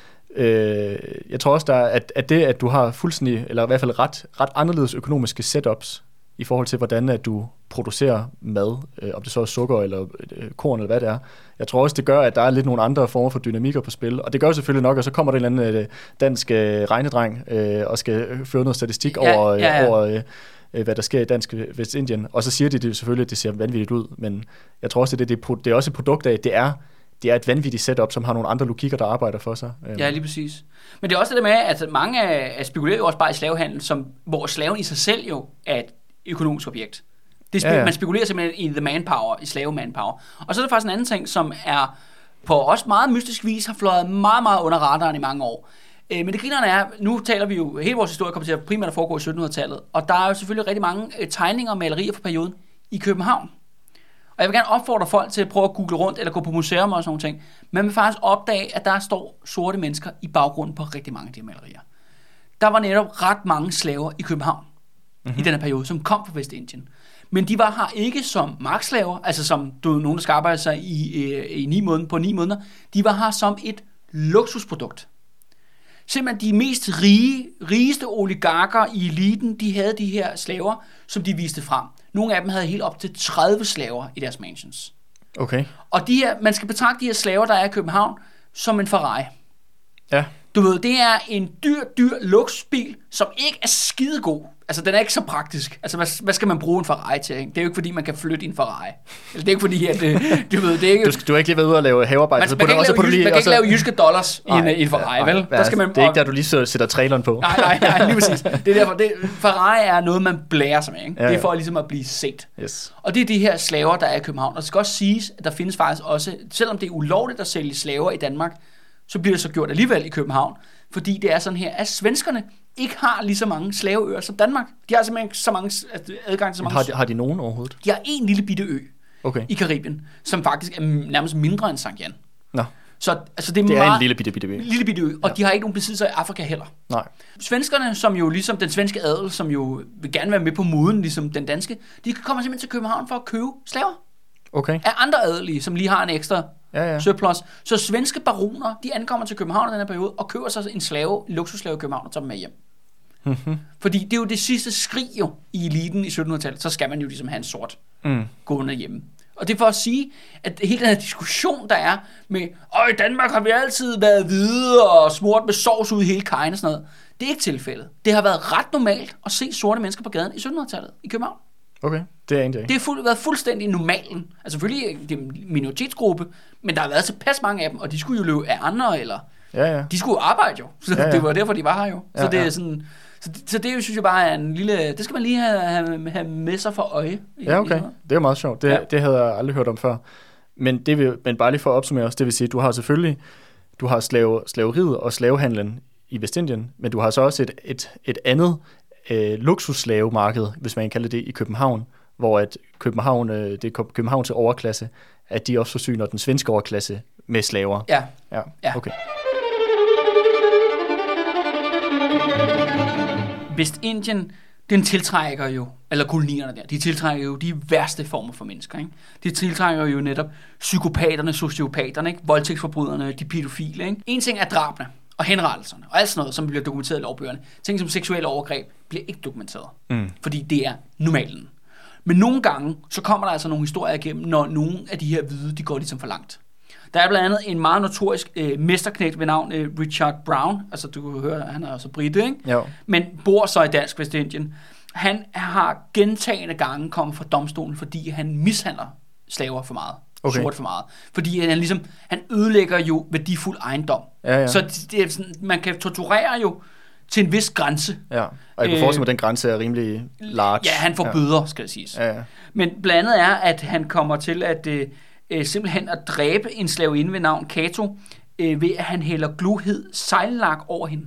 øh, jeg tror også, der er, at, at det, at du har fuldstændig, eller i hvert fald ret, ret anderledes økonomiske setups, i forhold til, hvordan at du producerer mad, øh, om det så er sukker eller øh, korn eller hvad det er. Jeg tror også, det gør, at der er lidt nogle andre former for dynamikker på spil. Og det gør selvfølgelig nok, og så kommer der en eller anden øh, dansk øh, regnedreng øh, og skal føre noget statistik ja, over, øh, ja, ja. over øh, hvad der sker i Dansk Vestindien. Og så siger de det selvfølgelig, at det ser vanvittigt ud, men jeg tror også, at det, det, det er også et produkt af, det er, det er et vanvittigt setup, som har nogle andre logikker, der arbejder for sig. Ja, lige præcis. Men det er også det med, at mange af spekulerer jo også bare i slavehandel, som, hvor slaven i sig selv jo er et økonomisk objekt. Det spe- ja, ja. Man spekulerer simpelthen i the manpower, i slave manpower. Og så er der faktisk en anden ting, som er på også meget mystisk vis har fløjet meget, meget under radaren i mange år. Men det grinerne er, nu taler vi jo, hele vores historie kommer til at primært at foregå i syttenhundredetallet, og der er jo selvfølgelig rigtig mange tegninger og malerier fra perioden i København. Og jeg vil gerne opfordre folk til at prøve at google rundt, eller gå på museum og sådan nogle ting. Man vil faktisk opdage, at der står sorte mennesker i baggrunden på rigtig mange af de malerier. Der var netop ret mange slaver i København mm-hmm. i den her periode, som kom fra Vestindien. Men de var her ikke som markslaver, altså som du, nogen, der skal arbejde sig i, i, i ni måneder, på ni måneder. De var her som et luksusprodukt. Simpelthen de mest rige, rigeste oligarker i eliten, de havde de her slaver, som de viste frem. Nogle af dem havde helt op til tredive slaver i deres mansions. Okay. Og de her, man skal betragte de her slaver, der er i København, som en Ferrari. Ja. Du ved, det er en dyr, dyr luksusbil, som ikke er skidegod. Altså, den er ikke så praktisk. Altså, hvad, hvad skal man bruge en Ferrari til? Ikke? Det er jo ikke, fordi man kan flytte en Ferrari. Eller det er ikke, fordi, at det, du ved, det er ikke... Du, du har ikke lige været ude og lave havearbejde. Man, man, kan, også, ikke lave, lige, man kan ikke lave jyske dollars nej, i, en, i en Ferrari, nej, vel? Der skal man, det er ikke der, du lige sætter traileren på. Nej, nej, nej, lige præcis. Det er derfor, det, Ferrari er noget, man blærer sig med. Ikke? Ja, ja. Det er for ligesom at blive set. Yes. Og det er de her slaver, der er i København. Og det skal også siges, at der findes faktisk også, selvom det er ulovligt at sælge slaver i Danmark, så bliver det så gjort alligevel i København. Fordi det er sådan her, at svenskerne ikke har lige så mange slaveøer som Danmark. De har simpelthen så mange adgang til så mange... Har de, har de nogen overhovedet? De har en lille bitte ø okay. i Karibien, som faktisk er nærmest mindre end Sankt Jan. Nå. Så altså, det er, det er meget, en lille bitte bitte ø. Lille bitte ø, og ja. de har ikke nogen besiddelser i Afrika heller. Nej. Svenskerne, som jo ligesom den svenske adel, som jo vil gerne være med på moden, ligesom den danske, de kommer simpelthen til København for at købe slaver. Okay. Af andre adelige, som lige har en ekstra ja, ja. surplus. Så svenske baroner, de ankommer til København i den her periode og køber sig en slave, en luksusslave i København og tager dem med hjem. Mm-hmm. Fordi det er jo det sidste skrig jo i eliten i syttenhundredetallet, så skal man jo ligesom have en sort Mm. gående hjemme. Og det er for at sige, at hele den her diskussion, der er med, åh, i Danmark har vi altid været hvide og smurt med sovs ud i hele kajen og sådan noget. Det er ikke tilfældet. Det har været ret normalt at se sorte mennesker på gaden i syttenhundredetallet i København. Okay, det er egentlig ikke. Det har fuld, været fuldstændig normalen. Altså selvfølgelig det er en minoritetsgruppe, men der har været tilpas mange af dem, og de skulle jo løbe af andre, eller Ja, ja. de skulle jo arbejde jo. Så Ja, ja. det var derfor, de var her jo. Så Ja, det er ja. sådan... Så det, så det synes jeg bare er en lille... Det skal man lige have, have, have med sig for øje. i- Ja, i okay. noget. Det er meget sjovt. Det, Ja. ja. det havde jeg aldrig hørt om før. Men, det vil, men bare lige for at opsummere også, det vil sige, du har selvfølgelig du har slave, slaveriet og slavehandlen i Vestindien, men du har så også et, et, et andet øh, luksusslavemarked, hvis man kan kalde det, i København, hvor at København, øh, det er København til overklasse, at de også forsyner den svenske overklasse med slaver. Ja, Ja, Ja. okay. Vestindien, den tiltrækker jo, eller kolonierne der, de tiltrækker jo de værste former for mennesker, ikke? De tiltrækker jo netop psykopaterne, sociopaterne, ikke? Voldtægtsforbryderne, de pædofile, ikke? En ting er drabene og henrettelserne, og alt sådan noget, som bliver dokumenteret i lovbøgerne. Ting som seksuelle overgreb bliver ikke dokumenteret, Mm. fordi det er normalen. Men nogle gange, så kommer der altså nogle historier igennem, når nogle af de her hvide, de går ligesom for langt. Der er blandt andet en meget notorisk øh, mesterknægt ved navn øh, Richard Brown, altså du kan høre, han er også brite, ikke? Jo. Men bor så i Dansk Vestindien. Han har gentagende gange kommet fra domstolen, fordi han mishandler slaver for meget. Okay. Sort for meget. Fordi han ligesom, han ødelægger jo værdifuld ejendom. Ja, ja. Så det, det er sådan, man kan torturere jo til en vis grænse. Ja, og jeg kunne Øh, forestille mig, at den grænse er rimelig large. Ja, han får ja. bøder, skal det siges. Ja, ja. Men blandt andet er, at han kommer til at øh, øh, simpelthen at dræbe en slaveinde ved navn Kato, øh, ved at han hælder glohed sejllak over hende.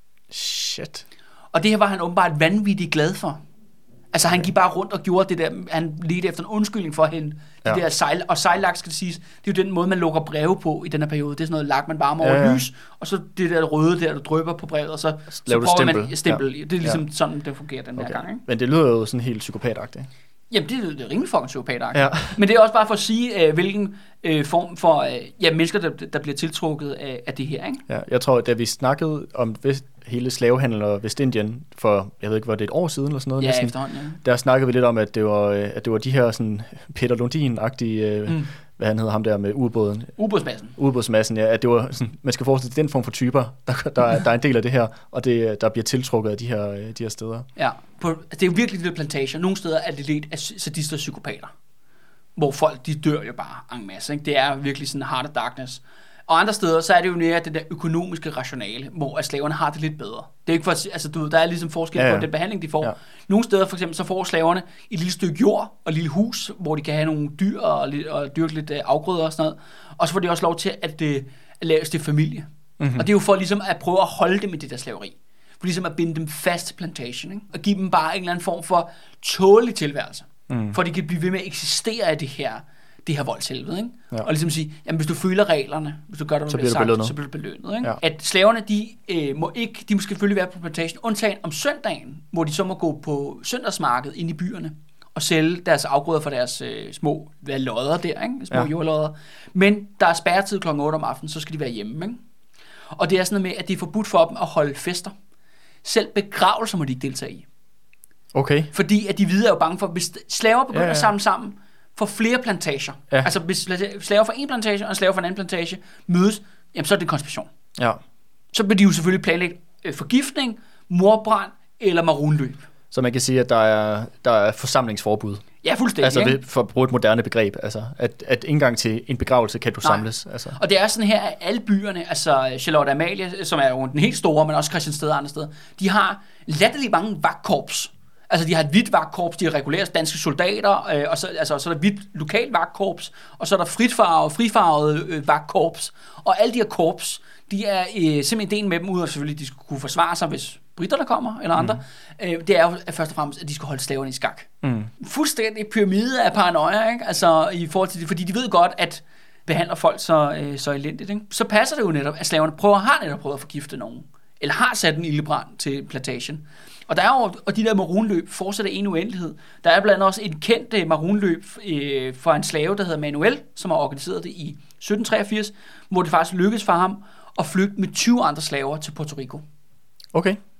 Shit. Og det her var han åbenbart vanvittigt glad for. Altså han gik bare rundt og gjorde det der, han ledte efter en undskyldning for hende. De Ja. der sejl, og sejllak skal det siges, det er jo den måde, man lukker breve på i den her periode. Det er sådan noget lak, man varmer over Ja, ja. lys, og så det der røde der, der drypper på brevet, og så, så Laver du prøver man stempel. stempel. Ja. Det er ligesom Ja. sådan, det fungerer den her Okay. gang. Ikke? Men det lyder jo sådan helt psykopatagtigt. Jamen, det er, det er rimelig fucking psykopatagtigt. Ja. Men det er også bare for at sige, øh, hvilken øh, form for øh, ja, mennesker, der, der bliver tiltrukket af, af det her. Ikke? Ja, jeg tror, da vi snakkede om vest, hele slavehandel og Vestindien for, jeg ved ikke, var det et år siden eller sådan noget? Ja, næsten, efterhånden, ja. der snakkede vi lidt om, at det var, øh, at det var de her sådan Peter Lundin-agtige, øh, Mm. hvad han hedder ham der med ubåden, Ubådsmassen. ubådsmassen, ja, at det var sådan, man skal forestille sig den form for typer, der, der, er, der er en del af det her, og det, der bliver tiltrukket af de her, øh, de her steder. Ja, på, altså, det er jo virkelig lille plantager. Nogle steder er det lidt af sadister og psykopater, hvor folk, de dør jo bare en masse. Ikke? Det er virkelig sådan heart of darkness. Og andre steder, så er det jo mere det der økonomiske rationale, hvor at slaverne har det lidt bedre. Det er ikke for at sige, altså du ved, der er ligesom forskel Ja, ja. på den behandling, de får. Ja. Nogle steder for eksempel, så får slaverne et lille stykke jord og et lille hus, hvor de kan have nogle dyr og, lidt- og dyrke lidt øh, afgrøder og sådan noget. Og så får de også lov til at, øh, at lave til familie. Mm-hmm. Og det er jo for ligesom at prøve at holde dem i det der slaveri. For ligesom at binde dem fast til plantation, ikke? Og give dem bare en eller anden form for tålelig tilværelse. Mm. For de kan blive ved med at eksistere i det her, det her voldshelvede, ikke? Ja. Og ligesom sige, jamen hvis du følger reglerne, hvis du gør det, Så du bliver du sagt, belønnet. så bliver du belønnet, ikke? Ja. At slaverne, de øh, må ikke, de må selvfølgelig være på plantation, undtagen om søndagen, hvor de så må gå på søndagsmarkedet ind i byerne og sælge deres afgrøder for deres øh, små hvad, lodder der, ikke? Små Ja. ja. jordlodder. Men der er spærretid klokken otte om aftenen, så skal de være hjemme, ikke? Og det er sådan noget med, at det er forbudt for dem at holde fester. Selv begravelser må de ikke deltage i. Okay. Fordi at de hvide er jo bange for, hvis slaver begynder Ja, ja. at samle sammen for flere plantager. Ja. Altså hvis slaver fra en plantage og en slave fra en anden plantage mødes, jamen så er det en konspiration. Ja. Så vil de jo selvfølgelig planlægge øh, forgiftning, mordbrand eller maroonløb. Så man kan sige, at der er, der er forsamlingsforbud. Ja, fuldstændig. Altså ikke? ved, for at bruge et moderne begreb. Altså, at, at ikke engang til en begravelse kan du Nej. samles. Altså. Og det er sådan her, at alle byerne, altså Charlotte Amalie, som er jo den helt store, men også Christiansted og andre steder, de har latterligt mange vagtkorps. Altså de har et hvidt vagtkorps, de har regulært danske soldater, øh, og så, altså, så er der hvidt lokalt vagtkorps, og så er der fritfarvet, frifarvet øh, vagtkorps. Og alle de her korps, de er øh, simpelthen ideen med dem, ud af selvfølgelig, at de skulle kunne forsvare sig, hvis britterne kommer, eller andre. Mm. Øh, det er jo først og fremmest, at de skal holde slaverne i skak. Mm. Fuldstændig pyramide af paranoia, ikke? Altså i forhold til det, fordi de ved godt, at behandler folk så, øh, så elendigt, ikke? Så passer det jo netop, at slaverne prøver, har netop prøvet at forgifte nogen, eller har sat en ildebrand til plantagen. Og der er jo, og de der maroonløb fortsætter en uendelighed. Der er blandt andet også et kendt øh, maroonløb øh, for en slave, der hedder Manuel, som har organiseret det i sytten treogfirs, hvor det faktisk lykkedes for ham at flygte med tyve andre slaver til Puerto Rico. Okay.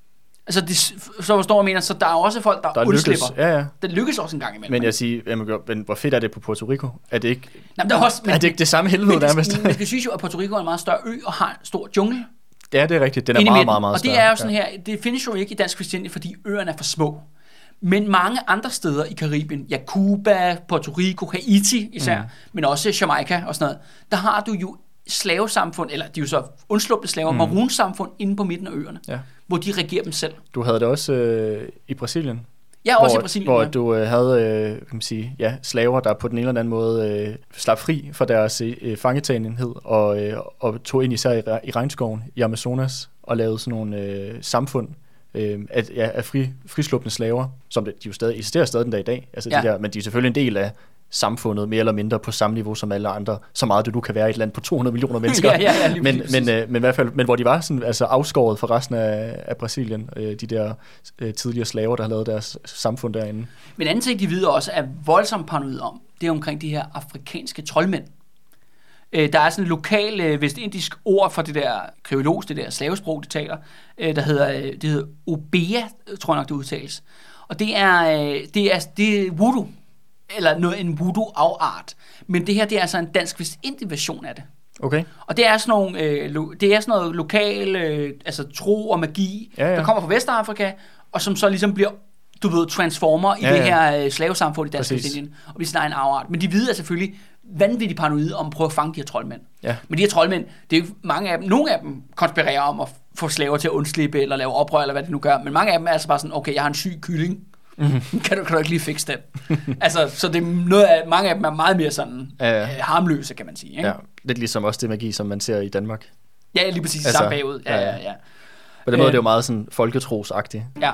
Altså, de, så forstår jeg mener, så der er også folk, der, der undslipper. Ja, ja. Det lykkes også en gang imellem. Men jeg siger, jamen, men hvor fedt er det på Puerto Rico? Er det ikke, Jamen, det, er også, men, er det, ikke det samme helvede nærmest? Men det skal synes jo, at Puerto Rico er en meget større ø og har en stor jungle. Ja, det er rigtigt. Den er meget, meget, meget større. Og det er jo sådan her, det findes jo ikke i Dansk Vestindien, fordi øerne er for små. Men mange andre steder i Karibien, ja, Cuba, Puerto Rico, Haiti især, mm. men også Jamaica og sådan noget, der har du jo slavesamfund, eller de er jo så undslupne slaver, mm. maroonsamfund inde på midten af øerne, ja. Hvor de regerer dem selv. Du havde det også øh, i Brasilien. Ja, hvor, også i Brasilien. Hvor ja. du øh, havde øh, kan man sige, ja, slaver, der på den ene eller anden måde øh, slap fri fra deres øh, fangetagenhed og, øh, og tog ind især i, i regnskoven i Amazonas og lavede sådan nogle øh, samfund øh, af, ja, af fri, frislupne slaver, som de jo stadig eksisterer stadig den dag i dag. Altså, ja. de der, men de er selvfølgelig en del af samfundet, mere eller mindre på samme niveau som alle andre, så meget det du kan være i et land på to hundrede millioner mennesker. ja, ja, ja, men, men, øh, men i hvert fald, men hvor de var sådan, altså afskåret fra resten af, af Brasilien, øh, de der øh, tidligere slaver, der har lavet deres samfund derinde. Men anden ting, de ved også, er voldsomt paranoid om, det er omkring de her afrikanske troldmænd. Øh, der er sådan et lokalt øh, vestindisk ord for det der kriolog, det der slavesprog, de taler, øh, der hedder, øh, det hedder Obea, tror jeg nok, det udtales. Og det er, øh, det er, det er voodoo, eller noget, en voodoo-afart. Men det her, det er altså en dansk vestindie version af det. Okay. Og det er sådan, nogle, øh, lo, det er sådan noget lokal, øh, altså tro og magi, ja, ja. Der kommer fra Vestafrika, og som så ligesom bliver, du ved, transformer i ja, det her øh, slavesamfund i dansk Vestindien, og bliver sin egen afart. Men de hvide er selvfølgelig vanvittigt paranoide om at prøve at fange de her troldmænd. Ja. Men de her troldmænd, det er jo mange af dem, nogle af dem konspirerer om at få slaver til at undslippe, eller lave oprør, eller hvad de nu gør, men mange af dem er altså bare sådan, okay, jeg har en syg kylling, mm-hmm. kan, du, kan du ikke lige fikse den? Altså, så det er noget af, mange af dem er meget mere sådan ja, ja. Øh, harmløse, kan man sige. Ikke? Ja, lidt ligesom også det magi, som man ser i Danmark. Ja, lige præcis altså, samme bagud. Ja, ja, ja. På den måde øh, det er jo meget sådan folketrosagtigt. Ja.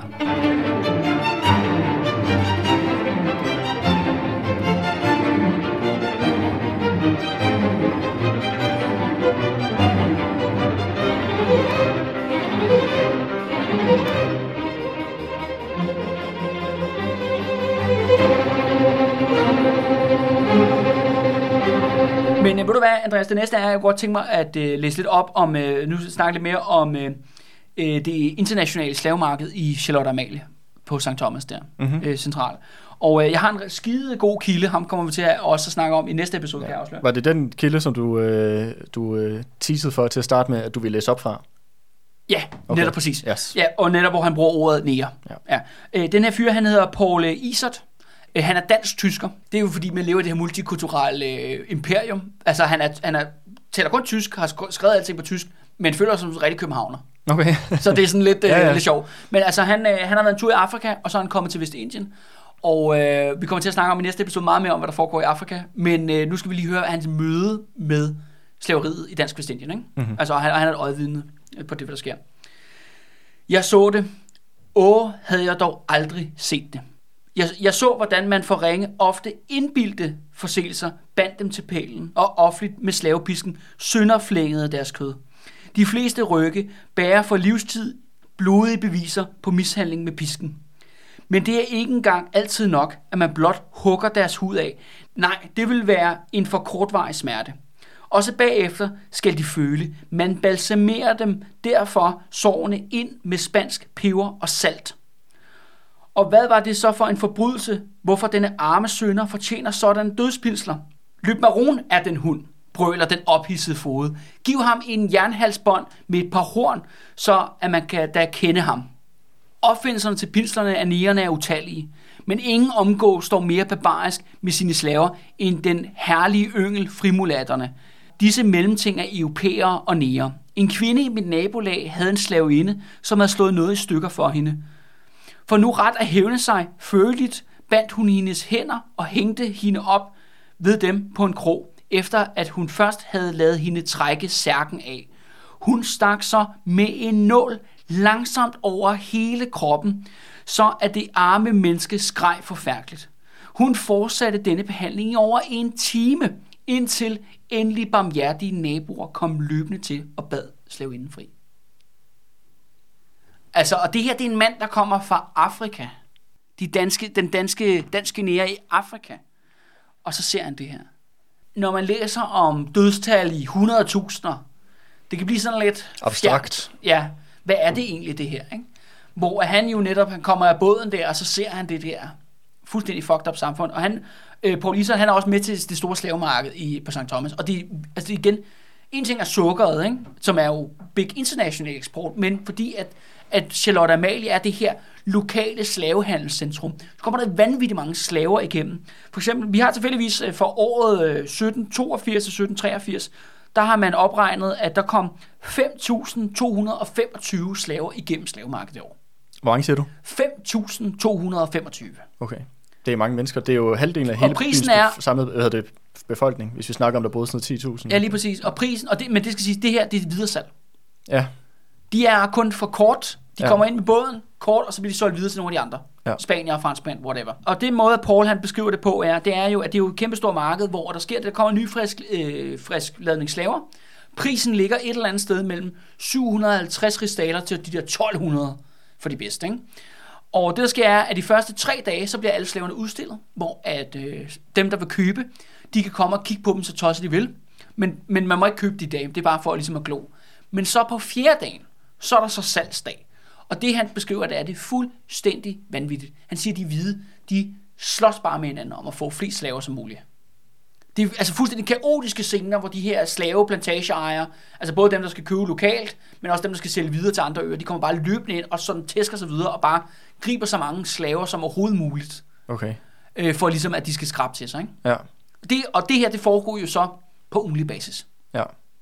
Men øh, ved du hvad, Andreas, det næste er, jeg godt tænke mig at øh, læse lidt op om, øh, nu snakke lidt mere om øh, det internationale slavemarked i Charlotte Amalie på Sankt Thomas der, mm-hmm. øh, central. Og øh, jeg har en skide god kilde, ham kommer vi til at også snakke om i næste episode, ja. Kan jeg afsløre. Var det den kilde, som du, øh, du øh, teasede for til at starte med, at du ville læse op fra? Ja, okay. Netop præcis. Yes. Ja, og netop hvor han bruger ordet nære. Ja. Ja. Øh, den her fyr, han hedder Paul Isert. Han er dansk-tysker. Det er jo fordi, man lever i det her multikulturelle øh, imperium. Altså, han, er, han er, taler kun tysk, har skrevet alting på tysk, men føler sig som en rigtig københavner. Okay. Så det er sådan lidt, øh, ja, ja. lidt sjovt. Men altså, han, øh, han har været en tur i Afrika, og så er han kommet til Vestindien. Og øh, vi kommer til at snakke om i næste episode meget mere om, hvad der foregår i Afrika. Men øh, nu skal vi lige høre hans møde med slaveriet i Dansk Vestindien. Ikke? Mm-hmm. Altså, og han, og han er et øjevidne på det, hvad der sker. Jeg så det. Åh, havde jeg dog aldrig set det. Jeg, jeg så, hvordan man for ringe ofte indbildte forseelser, bandt dem til pælen og offentligt med slavepisken sønderflængede deres kød. De fleste røkke bærer for livstid blodige beviser på mishandling med pisken. Men det er ikke engang altid nok, at man blot hugger deres hud af. Nej, det vil være en for kortvarig smerte. Også bagefter skal de føle. Man balsamerer dem derfor sårene ind med spansk peber og salt. Og hvad var det så for en forbrydelse, hvorfor denne arme sønder fortjener sådan dødspilsler? Løb maron er den hund, brøler den ophidsede fod. Giv ham en jernhalsbånd med et par horn, så at man kan da kende ham. Opfindelserne til pilslerne af nærerne er utallige, men ingen omgå står mere barbarisk med sine slaver end den herlige yngel frimulatterne. Disse mellemting er europæere og nære. En kvinde i mit nabolag havde en slaveinde, som havde slået noget i stykker for hende. For nu ret at hævne sig føleligt, bandt hun hendes hænder og hængte hende op ved dem på en krog, efter at hun først havde ladet hende trække særken af. Hun stak så med en nål langsomt over hele kroppen, så at det arme menneske skreg forfærdeligt. Hun fortsatte denne behandling i over en time, indtil endelig barmhjertige naboer kom løbende til og bad slavinden fri. Altså, og det her, det er en mand, der kommer fra Afrika. De danske, den danske, danske nære i Afrika. Og så ser han det her. Når man læser om dødstal i hundrede tusinder, det kan blive sådan lidt abstrakt. Ja, ja, hvad er det egentlig det her, ikke? hvor han jo netop, han kommer af båden der, og så ser han det der fuldstændig fucked up samfund, og han, øh, Poul Isold, han er også med til det store slavemarked i, på Sankt Thomas, og det, altså det igen, en ting er sukkeret, ikke? Som er jo big international eksport, men fordi at, at Charlotte Amalie er det her lokale slavehandelscentrum, så kommer der vanvittigt mange slaver igennem. For eksempel, vi har tilfældigvis for året sytten toogfirs til sytten treogfirs, der har man opregnet, at der kom fem tusind to hundrede og femogtyve slaver igennem slavemarkedet i år. Hvor mange siger du? fem tusind to hundrede og femogtyve. Okay. Det er mange mennesker. Det er jo halvdelen af hele byens er, samlede hvad det, befolkning, hvis vi snakker om, der boede sådan noget ti tusind. Ja, lige præcis. Og prisen, og det, men det skal sige, det her, det er videresalg. Ja. De er kun for kort. De ja. kommer ind med båden, kort, og så bliver de solgt videre til nogle af de andre. Ja. Spanier og franskmænd, whatever. Og det måde, Paul han beskriver det på, er, det er jo, at det er jo et kæmpestort marked, hvor der sker, at der kommer nye frisk, øh, frisk ladningsslaver. Prisen ligger et eller andet sted mellem syv hundrede og halvtreds rigsdaler til de der tolv hundrede for de bedste, ikke? Og det der sker er, at de første tre dage, så bliver alle slaverne udstillet, hvor at øh, dem, der vil købe, de kan komme og kigge på dem, så tosset de vil. Men, men man må ikke købe de dage, det er bare for ligesom at glo. Men så på fjerde dagen, så er der så salgsdag. Og det han beskriver, det er, det er fuldstændig vanvittigt. Han siger, at de hvide, de slås bare med hinanden om at få flest slaver som muligt. Det er altså fuldstændig kaotiske scener, hvor de her slaveplantageejere, altså både dem, der skal købe lokalt, men også dem, der skal sælge videre til andre øer, de kommer bare løbende ind og sådan tæsker sig videre og bare griber så mange slaver som overhovedet muligt. Okay. Øh, for ligesom, at de skal skrabe til sig. Ikke? Ja. Det, og det her, det foregår jo så på ugentlig basis. Ja.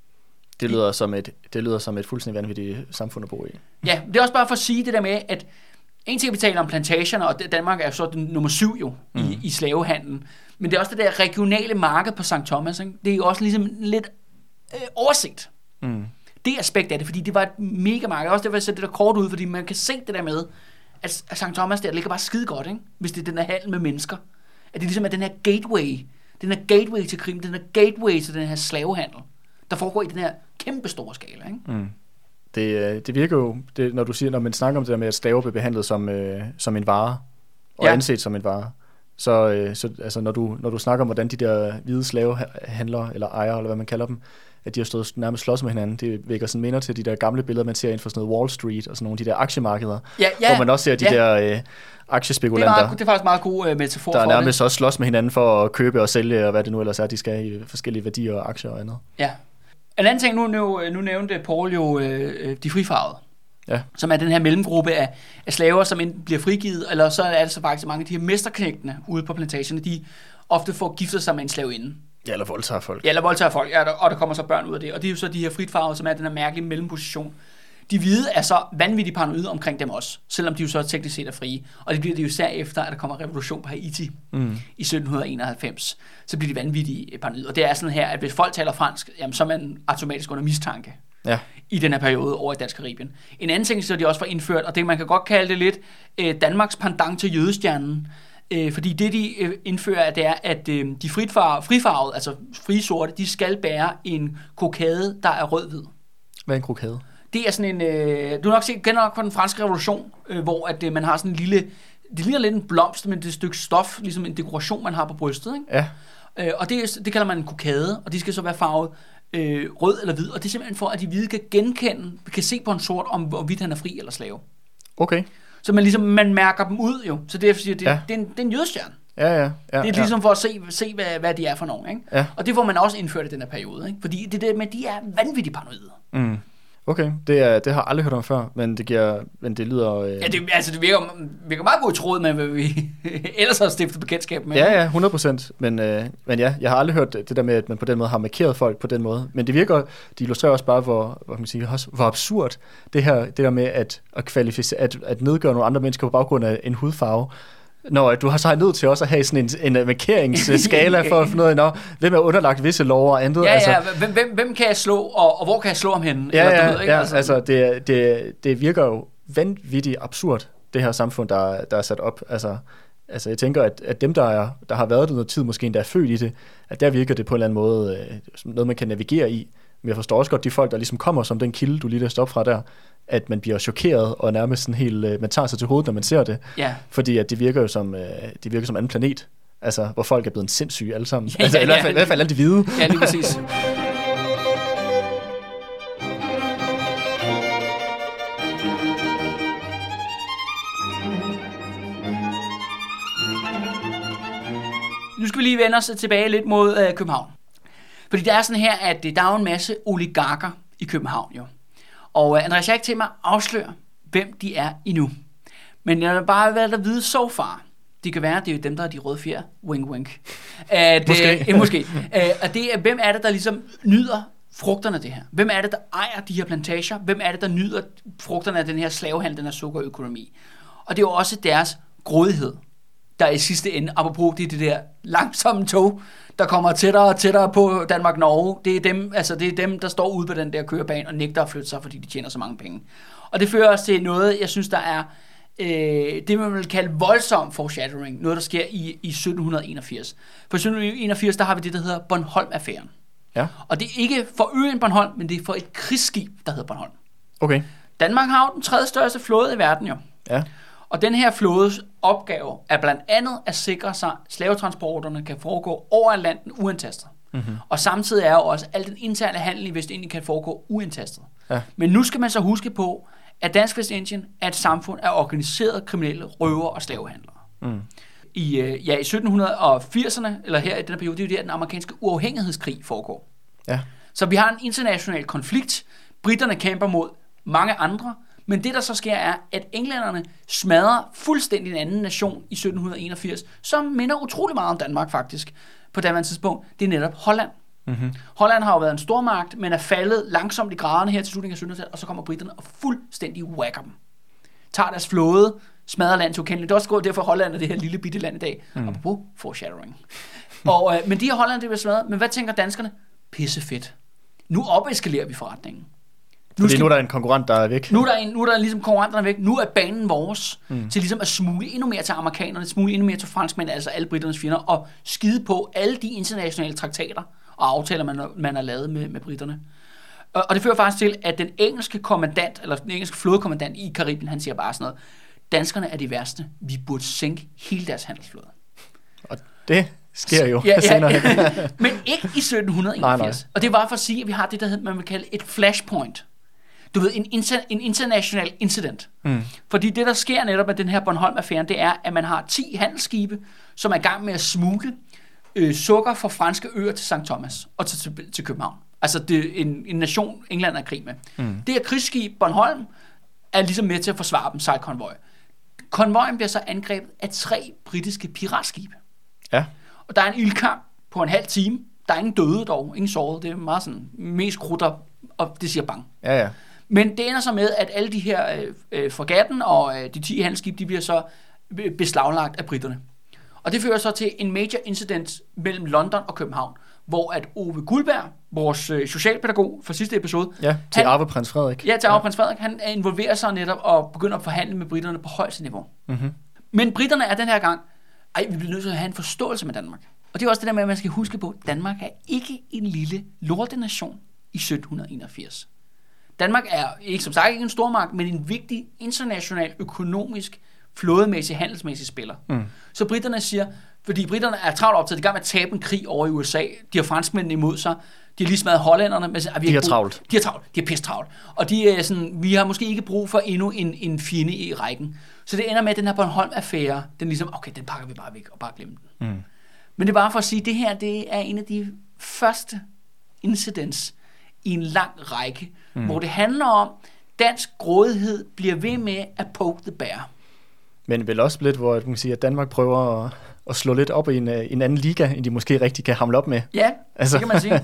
Det lyder som et, det lyder som et fuldstændig vanvittigt samfund at bo i. Ja, det er også bare for at sige det der med, at en ting, vi taler om plantagerne, og Danmark er jo så den nummer syv jo mm. i, i slavehandlen. Men det er også det der regionale marked på Sankt Thomas. Ikke? Det er jo også ligesom lidt øh, oversigt. Mm. Det aspekt af det, fordi det var et mega marked. Også derfor, jeg sætter det der kort ud, fordi man kan se det der med, at, at Sankt Thomas der ligger bare skide godt, ikke? Hvis det er den her handel med mennesker. At det ligesom er den her gateway. Den her gateway til krim, den her gateway til den her slavehandel, der foregår i den her kæmpe store skala. Ikke? Mm. Det, det virker jo, det, når du siger, når man snakker om det der med, at slaver bliver behandlet som, øh, som en vare, og ja. anset som en vare, så, øh, så altså, når, du, når du snakker om, hvordan de der hvide slavehandlere, eller ejere, eller hvad man kalder dem, at de har stået nærmest slås med hinanden, det vækker sådan minder til de der gamle billeder, man ser inden for sådan noget Wall Street, og sådan nogle af de der aktiemarkeder, ja, ja, hvor man også ser de ja. der øh, aktiespekulanter. Det er, meget, det er faktisk meget god øh, metafor der for er nærmest det. også slås med hinanden for at købe og sælge, og hvad det nu ellers er, de skal i forskellige værdier og aktier og andet. Ja. En anden ting, nu, nu, nu nævnte Paul jo øh, de frifarvede, ja. som er den her mellemgruppe af, af slaver, som enten bliver frigivet, eller så er det så faktisk mange af de her mesterknægtene ude på plantagerne, de ofte får giftet sig med en slaveinde. Ja, eller voldtager folk. Ja, eller voldtager folk, ja, og der kommer så børn ud af det. Og det er jo så de her fritfarvede, som er den her mærkelige mellemposition. De hvide er så vanvittigt paranoide omkring dem også, selvom de jo så teknisk set er frie. Og det bliver det jo især efter, at der kommer revolution på Haiti mm. i sytten enoghalvfems. Så bliver de vanvittigt paranoide. Og det er sådan her, at hvis folk taler fransk, jamen, så er man automatisk under mistanke ja. i den her periode over i Dansk Karibien. En anden ting, så de også får indført, og det man kan godt kalde det lidt øh, Danmarks pendant til jødestjernen, øh, fordi det de øh, indfører, det er, at øh, de fritfar- frifarvede, altså frisorte, de skal bære en kokade, der er rød-hvid. Hvad er en krokade? Det er sådan en, øh, du har nok set, kender nok fra den franske revolution, øh, hvor at, øh, man har sådan en lille, det ligner lidt en blomst, men det er et stykke stof, ligesom en dekoration, man har på brystet, ikke? Ja. Øh, og det, det kalder man en kokade, og de skal så være farvet øh, rød eller hvid, og det er simpelthen for, at de hvide kan genkende, kan se på en sort, om hvorvidt han er fri eller slave. Okay. Så man ligesom, man mærker dem ud jo, så det er, det, ja. det, er, en, det er en jødestjerne. Ja, ja, ja. Det er ligesom for at se, se hvad, hvad de er for nogen, ikke? Ja. Og det får man også indført i den her periode, ikke? Fordi det der med, de er vanvittigt paranoide. Mm. Okay, det, er, det har jeg aldrig hørt om før, men det giver, men det lyder... Øh... Ja, det, altså det virker, virker meget godt i tråd med, hvad vi ellers har stiftet bekendtskab med. Ja, ja, hundrede procent, men, øh, men ja, jeg har aldrig hørt det der med, at man på den måde har markeret folk på den måde, men det virker, det illustrerer også bare, hvor, hvor, kan man sige, hvor absurd det her, det der med at, at, kvalificere, at, at nedgøre nogle andre mennesker på baggrund af en hudfarve. Når du har så nødt til også at have sådan en, en markeringsskala for at finde ud af, hvem er underlagt visse lov og andet. Ja, altså, ja, hvem, hvem, hvem kan jeg slå, og, og hvor kan jeg slå ham henne? Ja, eller, ja, du ved, ikke? ja altså, altså det, det, det virker jo vanvittigt absurd, det her samfund, der, der er sat op. Altså, altså jeg tænker, at, at dem, der, er, der har været det noget tid, måske endda er født i det, at der virker det på en eller anden måde øh, som noget, man kan navigere i. Men jeg forstår også godt de folk, der ligesom kommer som den kilde, du lige læste op fra der, at man bliver chokeret og nærmest sådan helt, øh, man tager sig til hovedet, når man ser det. Ja. Fordi at det virker jo som, øh, det virker som anden planet. Altså, hvor folk er blevet sindssyge alle sammen. Ja, altså, ja, i, hvert fald, ja. i hvert fald alle de hvide. Ja, lige præcis. nu skal vi lige vende os tilbage lidt mod øh, København. Fordi det er sådan her, at der er jo en masse oligarker i København jo. Og øh, Andreas, jeg har ikke til mig at afsløre, hvem de er endnu. Men jeg har bare været der vide så far. Det kan være, det er jo dem, der er de røde fjer. Wink, wink. At, måske. Øh, måske. Æ, og det er, hvem er det, der ligesom nyder frugterne af det her? Hvem er det, der ejer de her plantager? Hvem er det, der nyder frugterne af den her slavehandel, den her sukkerøkonomi? Og det er jo også deres grådighed, der i sidste ende, apropos det, det der langsomme tog, der kommer tættere og tættere på Danmark-Norge. Det er dem, altså det er dem, der står ude på den der kørebane og nægter at flytte sig, fordi de tjener så mange penge. Og det fører os til noget, jeg synes, der er øh, det, man vil kalde voldsom foreshadowing. Noget, der sker i, i sytten enogfirs. For sytten enogfirs, der har vi det, der hedder Bornholm-affæren. Ja. Og det er ikke for øen Bornholm, men det er for et krigsskib, der hedder Bornholm. Okay. Danmark har jo den tredje største flåde i verden, jo. Ja. Og den her flådes opgave er blandt andet at sikre sig, at slavetransporterne kan foregå over Atlanten uantastet. Mm-hmm. Og samtidig er jo også, at al den interne handel i Vestindien kan foregå uantastet. Ja. Men nu skal man så huske på, at Dansk Vestindien er et samfund af organiserede kriminelle røver og slavehandlere. Mm. I, ja, i sytten firserne, eller her i den periode, det er jo der, den amerikanske uafhængighedskrig foregår. Ja. Så vi har en international konflikt. Briterne kæmper mod mange andre. Men det, der så sker, er, at englænderne smadrer fuldstændig en anden nation i sytten enogfirs, som minder utrolig meget om Danmark faktisk, på daværende tidspunkt. Det er netop Holland. Mm-hmm. Holland har jo været en stormagt, men er faldet langsomt i graderne her til slutningen af syttenhundredetallet, og så kommer briterne og fuldstændig whacker dem. Tager deres flåde, smadrer land til ukendeligt. Det er også gået derfor Holland er det her lille bitte land i dag. Mm. Apropos foreshadowing. og, øh, men de her Holland, det bliver smadret. Men hvad tænker danskerne? Pisse fedt. Nu opeskalerer vi forretningen. Nu Fordi skal, nu er der en konkurrent, der er væk. Nu er der, en, nu er der ligesom konkurrenterne væk. Nu er banen vores mm. til ligesom at smule endnu mere til amerikanerne, smule endnu mere til franskmænd, altså alle britternes fjender, og skide på alle de internationale traktater og aftaler, man, man har lavet med, med britterne. Og, og det fører faktisk til, at den engelske kommandant, eller den engelske flådekommandant i Karibien, han siger bare sådan noget: danskerne er de værste. Vi burde sænke hele deres handelsflåde. Og det sker jo ja, senere. Ja. Men ikke i sytten enogfirs. Nej, nej. Og det var for at sige, at vi har det, der hedder, man vil kalde et flashpoint. Du ved, en, inter, en international incident. Mm. Fordi det, der sker netop med den her Bornholm-affæren, det er, at man har ti handelsskibe, som er i gang med at smugle øh, sukker fra franske øer til Sankt Thomas og til, til, til København. Altså det er en, en nation, England er i krig med. Mm. Det her krigsskib, Bornholm, er ligesom med til at forsvare dem, sejlkonvoj. Konvojen bliver så angrebet af tre britiske piratskibe. Ja. Og der er en ildkamp på en halv time. Der er ingen døde dog, ingen sårede. Det er meget sådan, mest krutter, og det siger bang. Ja, ja. Men det ender så med, at alle de her øh, fregatten og øh, de ti handelsskib, de bliver så beslaglagt af britterne. Og det fører så til en major incident mellem London og København, hvor at Ove Guldberg, vores øh, socialpædagog for sidste episode... Ja, til han, Arve Prins Frederik. Ja, til Arve ja. Prins Frederik. Han involverer sig netop og begynder at forhandle med britterne på højeste niveau. Mm-hmm. Men britterne er den her gang, ej, vi bliver nødt til at have en forståelse med Danmark. Og det er også det der med, at man skal huske på, at Danmark er ikke en lille lortenation i sytten enogfirs. Danmark er ikke som sagt ikke en stormagt, men en vigtig international, økonomisk, flådemæssig, handelsmæssig spiller. Mm. Så britterne siger, fordi britterne er travlt optaget, de er i gang med at tabe en krig over i U S A, de har franskmændene imod sig, de har lige smadret hollænderne, men vi de har travlt. De har travlt, de har pisse travlt. Og de er sådan, vi har måske ikke brug for endnu en, en fjende i rækken. Så det ender med, at den her Bornholm-affære, den ligesom, okay, den pakker vi bare væk og bare glemmer den. Mm. Men det er bare for at sige, at det her, det er en af de første incidents i en lang række, mm. hvor det handler om, dansk grådighed bliver ved med at poke the bear. Men vel også lidt, hvor man kan sige, at Danmark prøver at, at slå lidt op i en, en anden liga, end de måske rigtig kan hamle op med. Ja, altså, det kan man sige.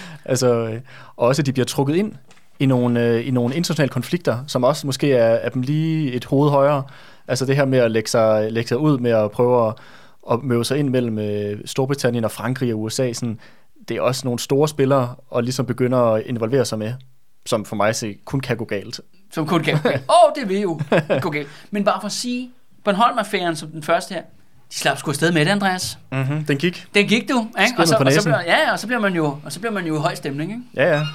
altså, og også, at de bliver trukket ind i nogle, i nogle internationale konflikter, som også måske er, er dem lige et hoved højere. Altså det her med at lægge sig, lægge sig ud med at prøve at, at møde sig ind mellem Storbritannien og Frankrig og U S A, sådan, det er også nogle store spillere, og ligesom begynder at involvere sig med, som for mig se, kun kan gå galt. Som kun kan gå galt. Åh, oh, det vil jo gå galt. Men bare for at sige, Bornholm-affæren som den første her, de slap sgu afsted med det, Andreas. Mm-hmm, den gik. Den gik, du. Ikke? Og, så, og, så bliver, ja, og så bliver man jo, og så bliver man jo i høj stemning, ikke? Ja, ja.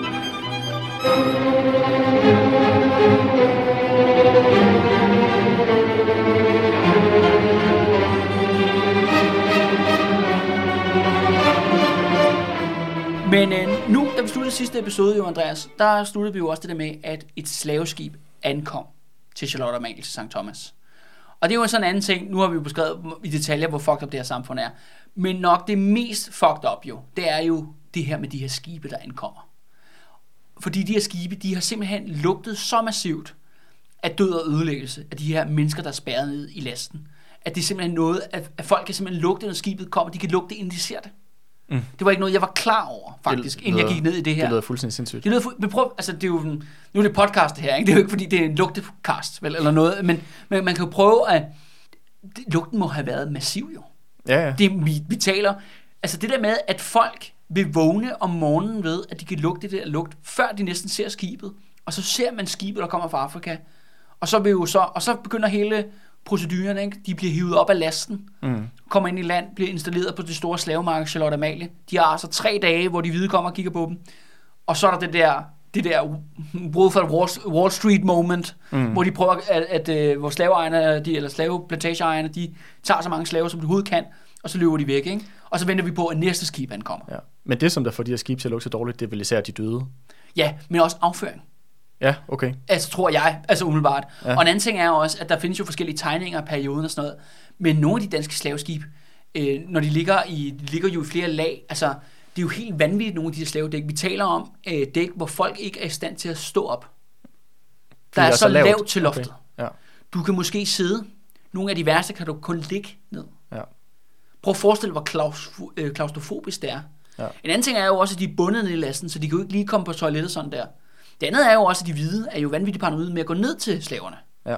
Men øh, nu, da vi sluttede sidste episode, jo Andreas, der sluttede vi jo også det der med, at et slaveskib ankom til Charlotte Amalie til Sankt Thomas. Og det er jo sådan en anden ting, nu har vi jo beskrevet i detaljer, hvor fucked up det her samfund er. Men nok det mest fucked up jo, det er jo det her med de her skibe, der ankommer. Fordi de her skibe, de har simpelthen lugtet så massivt af død og ødelæggelse af de her mennesker, der er spærret ned i lasten. At det er simpelthen noget, at, at folk kan simpelthen lugte, når skibet kommer. De kan lugte det, inden de ser det. Mm. Det var ikke noget, jeg var klar over, faktisk, det, inden jeg gik ned i det her. Det lyder fuldstændig sindssygt. Det lyder fu- men prøv, altså det er jo en, nu er det podcast det her, ikke? Det er jo ikke, fordi det er en lugtecast, vel, eller noget, men, men man kan jo prøve at, det, lugten må have været massiv jo. Ja, ja. Det, vi, vi taler, altså det der med, at folk vil vågne om morgenen ved, at de kan lugte det der lugt, før de næsten ser skibet, og så ser man skibet, der kommer fra Afrika, og så, vil jo så, og så begynder hele procedurerne, ikke? De bliver hivet op af lasten, mm. kommer ind i land, bliver installeret på det store slavemarked Charlotte Amalie. De har altså tre dage, hvor de hvide kommer og kigger på dem. Og så er der det der, det der Wolf of Wall Street moment, mm. hvor de prøver, at, at, at hvor slaveejerne, de, eller slaveplantageejerne, de tager så mange slaver, som de overhovedet kan, og så løber de væk, ikke? Og så venter vi på, at næste skib ankommer. Ja. Men det, som der får de her skib til at lugte så dårligt, det er vel især de døde? Ja, men også afføring. Ja, okay. Altså, tror jeg, altså umiddelbart. Ja. Og en anden ting er også, at der findes jo forskellige tegninger af perioden og sådan noget. Men nogle af de danske slaveskib, øh, når de ligger, i, de ligger jo i flere lag, altså, det er jo helt vanvittigt, nogle af de her slavedæk. Vi taler om øh, dæk, hvor folk ikke er i stand til at stå op. Der er, er så lavt, lavt til loftet. Okay. Ja. Du kan måske sidde. Nogle af de værste kan du kun ligge ned. Ja. Prøv at forestille dig, hvor klaus, øh, klaustrofobisk det er. Ja. En anden ting er jo også, at de er bundet ned i lasten, så de kan jo ikke lige komme på toilettet sådan der. Det andet er jo også, at de hvide er jo vanvittigt paranoide med at gå ned til slaverne. Ja.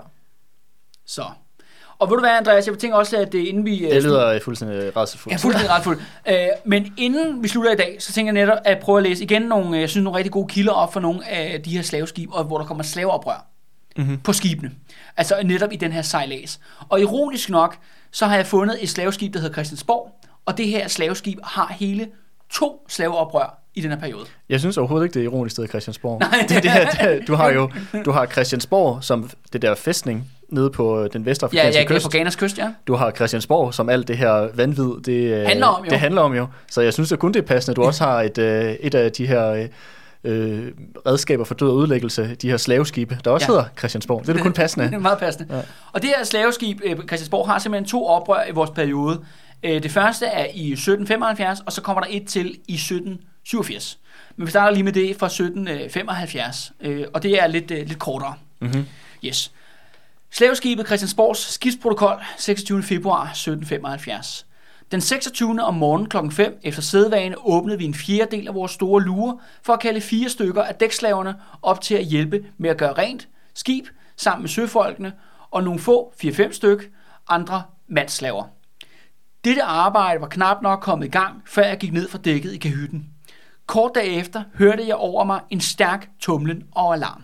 Så. Og ved du hvad, Andreas, jeg tænker også, at det inden vi... Det lyder fuldstændig rædselsfuldt. Ja, fuldstændig rædselsfuldt. Men inden vi slutter i dag, så tænker jeg netop at prøve at læse igen nogle, jeg synes, nogle rigtig gode kilder op for nogle af de her slaveskib, og hvor der kommer slaveoprør mm-hmm. på skibene. Altså netop i den her sejlads. Og ironisk nok, så har jeg fundet et slaveskib, der hedder Christiansborg, og det her slaveskib har hele to slaveoprør i den her periode. Jeg synes overhovedet ikke, det er ironisk sted Christiansborg. Nej. Det, det her, du har jo du har Christiansborg som det der fæstning nede på den vestafrikanske ja, ja, kyst. Ja, på Ghanas kyst, ja. Du har Christiansborg som alt det her vanvid, det handler om jo. Det handler om jo. Så jeg synes, at kun det er passende. Du også har et, et af de her øh, redskaber for død og ødelæggelse, de her slaveskibe, der også ja. hedder Christiansborg. Det er det kun passende. Det er meget passende. Ja. Og det her slaveskib, Christiansborg, har simpelthen to oprør i vores periode. Det første er i sytten femoghalvfjerds, og så kommer der et til i sytten syvogfirs. Men vi starter lige med det fra sytten femoghalvfjerds, og det er lidt, lidt kortere. Mm-hmm. Yes. Slaveskibet Christiansborgs skibsprotokol seksogtyvende februar sytten femoghalvfjerds. Den seksogtyvende om morgenen klokken fem efter sædvane åbnede vi en fjerdedel af vores store lurer for at kalde fire stykker af dækslaverne op til at hjælpe med at gøre rent skib sammen med søfolkene og nogle få fire fem styk andre mandslaver. Dette arbejde var knap nok kommet i gang, før jeg gik ned fra dækket i kahytten. Kort derefter hørte jeg over mig en stærk tumlen og alarm.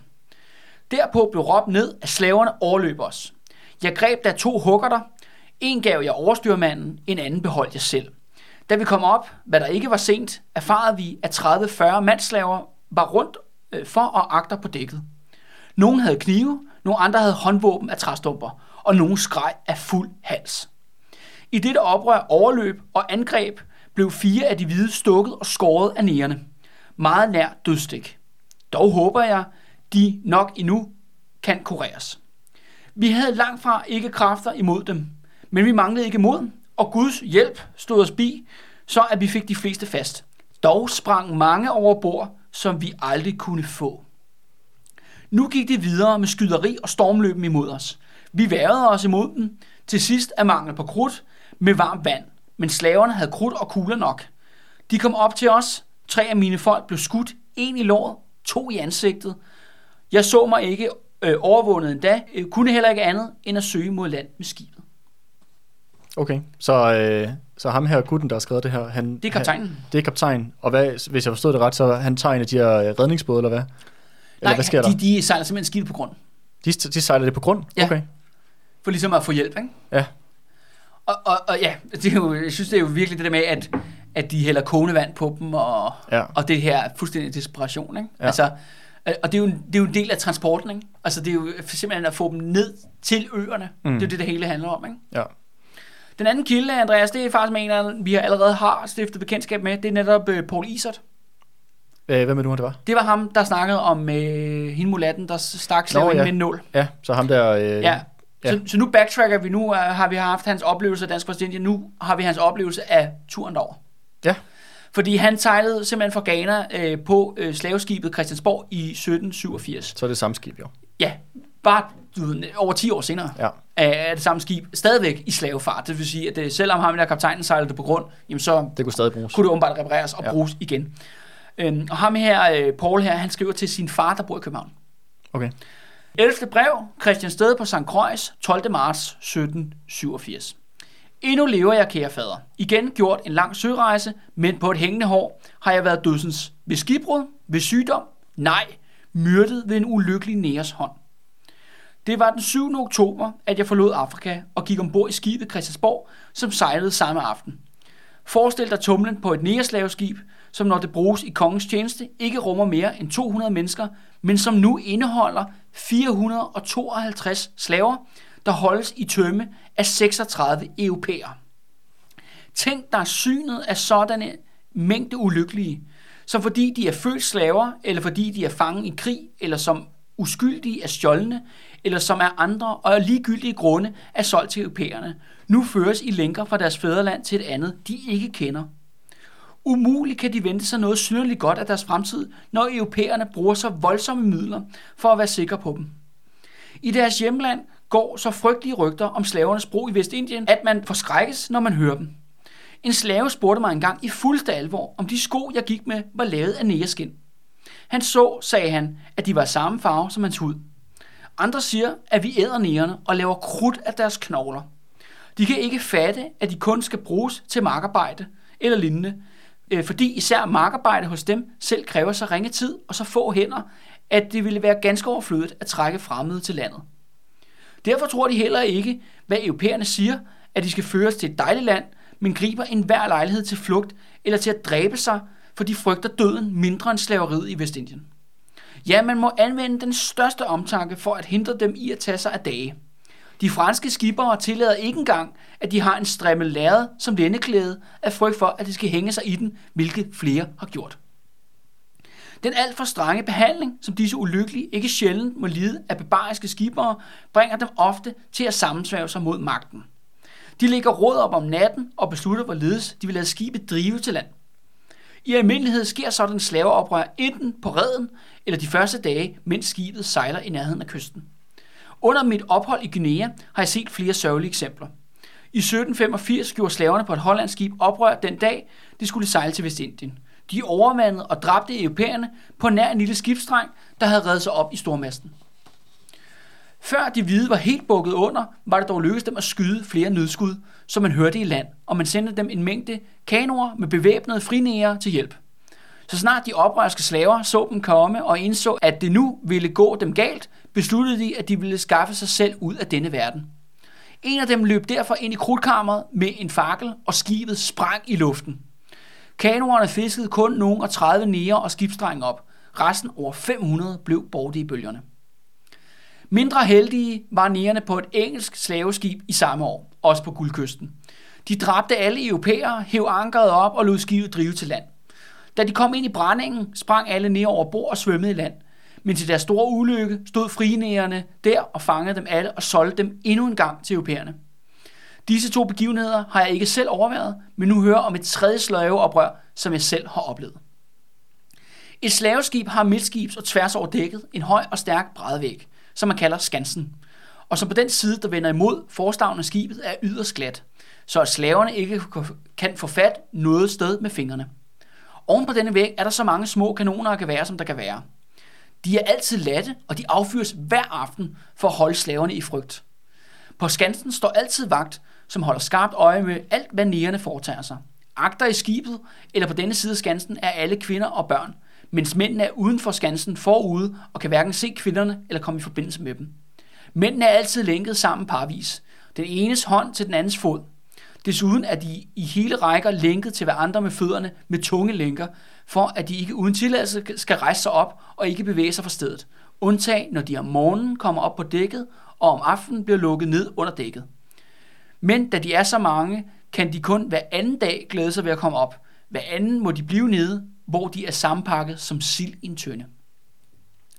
Derpå blev råbt ned, at slaverne overløb os. Jeg greb der to huggerter. En gav jeg overstyrmanden, en anden beholdt jeg selv. Da vi kom op, hvad der ikke var sent, erfarede vi, at tredive til fyrre mandslaver var rundt for og agter på dækket. Nogle havde knive, nogle andre havde håndvåben af træstumper, og nogle skreg af fuld hals. I dette oprør, overløb og angreb blev fire af de hvide stukket og skåret af nærerne. Meget nær dødsstik. Dog håber jeg, de nok endnu kan kureres. Vi havde langt fra ikke kræfter imod dem, men vi manglede ikke mod, og Guds hjælp stod os bi, så at vi fik de fleste fast. Dog sprang mange over bord, som vi aldrig kunne få. Nu gik det videre med skyderi og stormløben imod os. Vi værede os imod dem, til sidst af mangel på krudt med varmt vand, men slaverne havde krudt og kugler nok. De kom op til os. Tre af mine folk blev skudt, en i låret, to i ansigtet. Jeg så mig ikke øh, overvundet endda, øh, kunne heller ikke andet end at søge mod land med skibet. Okay, så, øh, så ham her, gutten, der har skrevet det her, han... Det er kaptajnen. Han, det er kaptajn, og hvad, hvis jeg forstod det ret, så han tager en af de her redningsbåde, eller hvad? Eller Nej, hvad sker de, der? de sejler simpelthen skibet på grund. De, de sejler det på grund? Ja, okay. For ligesom at få hjælp, ikke? Ja. Og, og, og ja, det er jo, jeg synes, det er jo virkelig det der med, at, at de hælder kogende vand på dem, og, ja. og det her fuldstændig desperation, ikke? Ja. Altså, og det er, jo, det er jo en del af transporten, ikke? Altså, det er jo simpelthen at få dem ned til øerne. Mm. Det er det, det hele handler om, ikke? Ja. Den anden kilde, Andreas, det er faktisk en af vi har allerede har stiftet bekendtskab med. Det er netop uh, Poul Isert. Øh, hvem er du, det var? Det var ham, der snakkede om øh, hende mulatten, der stak slaven ja. med en nål. Ja, så ham der... Øh, ja. Ja. Så, så nu backtracker vi, nu uh, har vi haft hans oplevelse af Dansk Vestindien, nu har vi hans oplevelse af turen derover. Ja. Fordi han sejlede simpelthen fra Ghana øh, på øh, slaveskibet Christiansborg i sytten syvogfirs. Så er det samme skib, jo. Ja, bare du ved, over ti år senere ja. er det samme skib stadigvæk i slavefart. Det vil sige, at det, selvom ham der kaptajnen sejlede det på grund, jamen så det kunne stadig bruges. Kunne det åbenbart repareres og ja. bruges igen. Øhm, og ham her, øh, Paul her, han skriver til sin far, der bor i København. Okay. ellevte brev, Christiansted på Sankt Croix, tolvte marts sytten syvogfirs. Endnu lever jeg, kære fader. Igen gjort en lang sørejse, men på et hængende hår har jeg været dødsens. Ved skibbrud, ved sygdom, nej, myrdet ved en ulykkelig næres hånd. Det var den syvende oktober, at jeg forlod Afrika og gik ombord i skibet Christiansborg, som sejlede samme aften. Forestil dig tumlen på et næreslaveskib, som når det bruges i kongens tjeneste, ikke rummer mere end to hundrede mennesker, men som nu indeholder fire hundrede tooghalvtreds slaver, der holdes i tømme af seksogtredive europæere. Tænk dig synet af sådanne mængde ulykkelige, som fordi de er født slaver, eller fordi de er fanget i krig, eller som uskyldige af stjålne, eller som er andre og ligegyldige grunde er solgt til europæerne, nu føres i lænker fra deres fædreland til et andet, de ikke kender. Umuligt kan de vente sig noget synderligt godt af deres fremtid, når europæerne bruger så voldsomme midler for at være sikre på dem. I deres hjemland går så frygtelige rygter om slavernes brug i Vestindien, at man forskrækkes, når man hører dem. En slave spurgte mig engang i fuldste alvor, om de sko, jeg gik med, var lavet af næreskin. Han så, sagde han, at de var samme farve som hans hud. Andre siger, at vi æder nærerne og laver krudt af deres knogler. De kan ikke fatte, at de kun skal bruges til markarbejde eller lignende, fordi især markarbejde hos dem selv kræver så ringe tid og så få hænder, at det ville være ganske overflødigt at trække fremmede til landet. Derfor tror de heller ikke, hvad europæerne siger, at de skal føres til et dejligt land, men griber enhver lejlighed til flugt eller til at dræbe sig, for de frygter døden mindre end slaveriet i Vestindien. Ja, man må anvende den største omtanke for at hindre dem i at tage sig af dage. De franske skippere tillader ikke engang, at de har en strimmel lærred som lændeklæde af frygt for, at de skal hænge sig i den, hvilket flere har gjort. Den alt for strenge behandling, som disse ulykkelige ikke sjældent må lide af barbariske skippere, bringer dem ofte til at sammensværge sig mod magten. De lægger råd op om natten og beslutter, hvorledes de vil lade skibet drive til land. I almindelighed sker sådan slaveoprør enten på reden eller de første dage, mens skibet sejler i nærheden af kysten. Under mit ophold i Guinea har jeg set flere sørgelige eksempler. I sytten femogfirs gjorde slaverne på et hollandsk skib oprør den dag, de skulle sejle til Vestindien. De overmandede og dræbte europæerne på nær en lille skibsstreng, der havde reddet sig op i stormasten. Før de hvide var helt bukket under, var det dog lykkedes dem at skyde flere nødskud, som man hørte i land, og man sendte dem en mængde kanoer med bevæbnede frinære til hjælp. Så snart de oprørske slaver så dem komme og indså, at det nu ville gå dem galt, besluttede de, at de ville skaffe sig selv ud af denne verden. En af dem løb derfor ind i krudtkammeret med en fakkel, og skibet sprang i luften. Kanoerne fiskede kun nogle og tredive nære og skibsdrenge op. Resten over fem hundrede blev borte i bølgerne. Mindre heldige var nærerne på et engelsk slaveskib i samme år, også på Guldkysten. De dræbte alle europæere, hev ankeret op og lod skibet drive til land. Da de kom ind i brændingen, sprang alle ned over bord og svømmede i land. Men til deres store ulykke stod frinæerne der og fangede dem alle og solgte dem endnu en gang til europæerne. Disse to begivenheder har jeg ikke selv overværet, men nu hører om et tredje slaveoprør, som jeg selv har oplevet. Et slaveskib har midtskibs og tværs over dækket en høj og stærk brædvæg, som man kalder skansen, og som på den side, der vender imod forstavnen af skibet, er yderst glat, så at slaverne ikke kan få fat noget sted med fingrene. Oven på denne væg er der så mange små kanoner og geværer, som der kan være. De er altid latte, og de affyres hver aften for at holde slaverne i frygt. På skansen står altid vagt, som holder skarpt øje med alt, hvad nærerne foretager sig. Agter i skibet, eller på denne side af skansen, er alle kvinder og børn, mens mændene er uden for skansen forude og kan hverken se kvinderne eller komme i forbindelse med dem. Mændene er altid lænket sammen parvis, den enes hånd til den andens fod. Desuden er de i hele rækker lænket til hverandre med fødderne med tunge lænker, for at de ikke uden tilladelse skal rejse sig op og ikke bevæge sig fra stedet. Undtag, når de om morgenen kommer op på dækket, og om aftenen bliver lukket ned under dækket. Men da de er så mange, kan de kun hver anden dag glæde sig ved at komme op. Hver anden må de blive nede, hvor de er sammenpakket som sild i en tønde.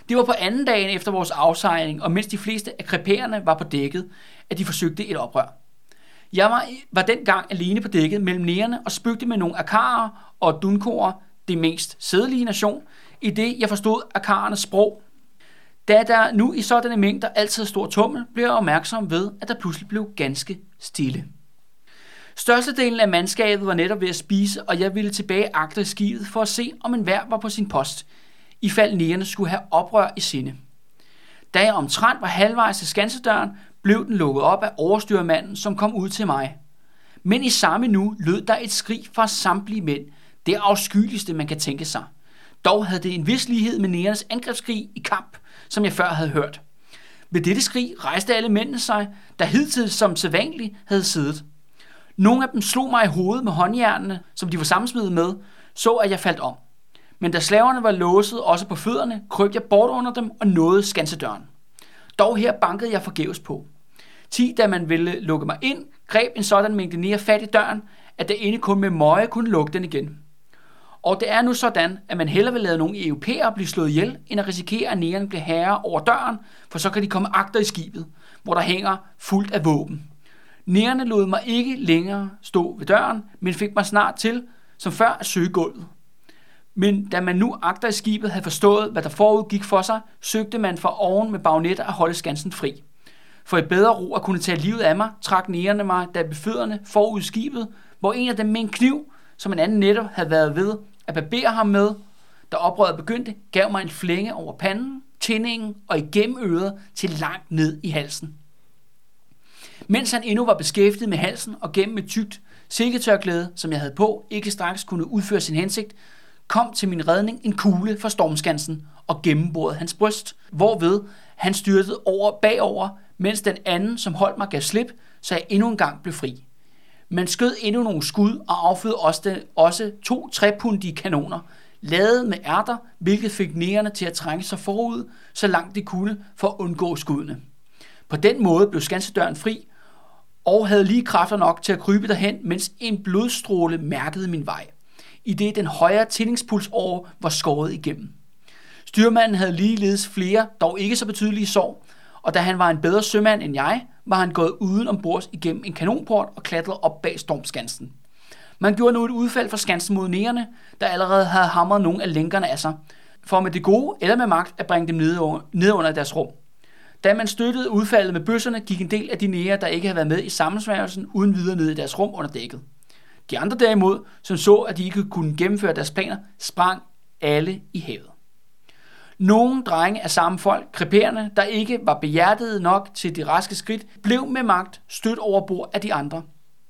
Det var på anden dagen efter vores afsejling, og mens de fleste af krepærerne var på dækket, at de forsøgte et oprør. Jeg var, var dengang alene på dækket mellem nærerne og spøgte med nogle akarer og dunkorer, det mest sædelige nation, i det jeg forstod akarernes sprog. Da der nu i sådanne mængder altid er stor tummel, blev jeg opmærksom ved, at der pludselig blev ganske stille. Størstedelen af mandskabet var netop ved at spise, og jeg ville tilbage agter i skibet for at se, om enhver var på sin post, i fald nærerne skulle have oprør i sinde. Da jeg omtrent var halvvejs til skansedøren, blev den lukket op af overstyrmanden, som kom ud til mig. Men i samme nu lød der et skrig fra samtlige mænd, det afskyeligste man kan tænke sig. Dog havde det en vis lighed med nærernes angrebskrig i kamp, som jeg før havde hørt. Ved dette skrig rejste alle mændene sig, der hidtil som sædvanligt havde siddet. Nogle af dem slog mig i hovedet med håndjernene, som de var sammensmedet med, så at jeg faldt om. Men da slaverne var låset også på fødderne, krøb jeg bort under dem og nåede skansedøren. Dog her bankede jeg forgæves på. Ti, da man ville lukke mig ind, greb en sådan mængde nære fat i døren, at der inde kun med møje kunne lukke den igen. Og det er nu sådan, at man hellere vil lade nogle europæere blive slået ihjel, end at risikere, at nærerne bliver herre over døren, for så kan de komme agter i skibet, hvor der hænger fuldt af våben. Nærerne lod mig ikke længere stå ved døren, men fik mig snart til, som før, at søge gulvet. Men da man nu agter i skibet havde forstået, hvad der forud gik for sig, søgte man fra oven med bagnetter at holde skansen fri. For i bedre ro at kunne tage livet af mig, trak nærerne mig da befødderne forud skibet, hvor en af dem med en kniv, som en anden netop havde været ved at barbere ham med, da oprøret begyndte, gav mig en flænge over panden, tændingen og igennem øret til langt ned i halsen. Mens han endnu var beskæftiget med halsen og gennem et tykt silketørklæde, som jeg havde på, ikke straks kunne udføre sin hensigt, kom til min redning en kugle fra stormskansen og gennemborede hans bryst, hvorved han styrtede over bagover, mens den anden, som holdt mig, gav slip, så jeg endnu en gang blev fri. Man skød endnu nogle skud og affødte også, også to trepundige kanoner, lavet med ærter, hvilket fik nærerne til at trænge sig forud, så langt de kunne for at undgå skuddene. På den måde blev skansedøren fri, og havde lige kræfter nok til at krybe derhen, mens en blodstråle mærkede min vej, i det den højre tændingspulsår var skåret igennem. Styrmanden havde ligeledes flere, dog ikke så betydelige sår, og da han var en bedre sømand end jeg, var han gået uden ombords igennem en kanonport og klatret op bag stormskansen. Man gjorde nu et udfald fra skansen mod nærerne, der allerede havde hamret nogle af lænkerne af sig, for med det gode eller med magt at bringe dem ned under deres rum. Da man støttede udfaldet med bøsserne, gik en del af de nære, der ikke havde været med i sammensværgelsen, uden videre ned i deres rum under dækket. De andre derimod, som så, at de ikke kunne gennemføre deres planer, sprang alle i havet. Nogle drenge af samme folk, krepærerne, der ikke var behjertede nok til de raske skridt, blev med magt stødt over bord af de andre.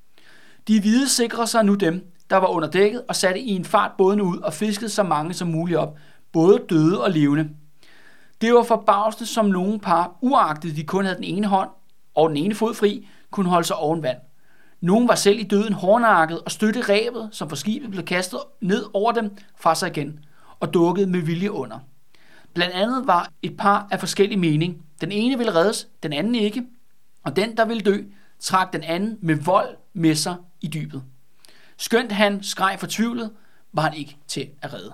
De hvide sikrede sig nu dem, der var under dækket, og satte i en fart bådene ud og fiskede så mange som muligt op, både døde og levende. Det var forbavsende, som nogle par, uagtet de kun havde den ene hånd og den ene fod fri, kunne holde sig oven vand. Nogle var selv i døden hårdnakket og støtte rebet, som for skibet blev kastet ned over dem, fra sig igen, og dukkede med vilje under. Blandt andet var et par af forskellig mening. Den ene ville reddes, den anden ikke, og den, der ville dø, trak den anden med vold med sig i dybet. Skønt han skreg fortvivlet, var han ikke til at redde.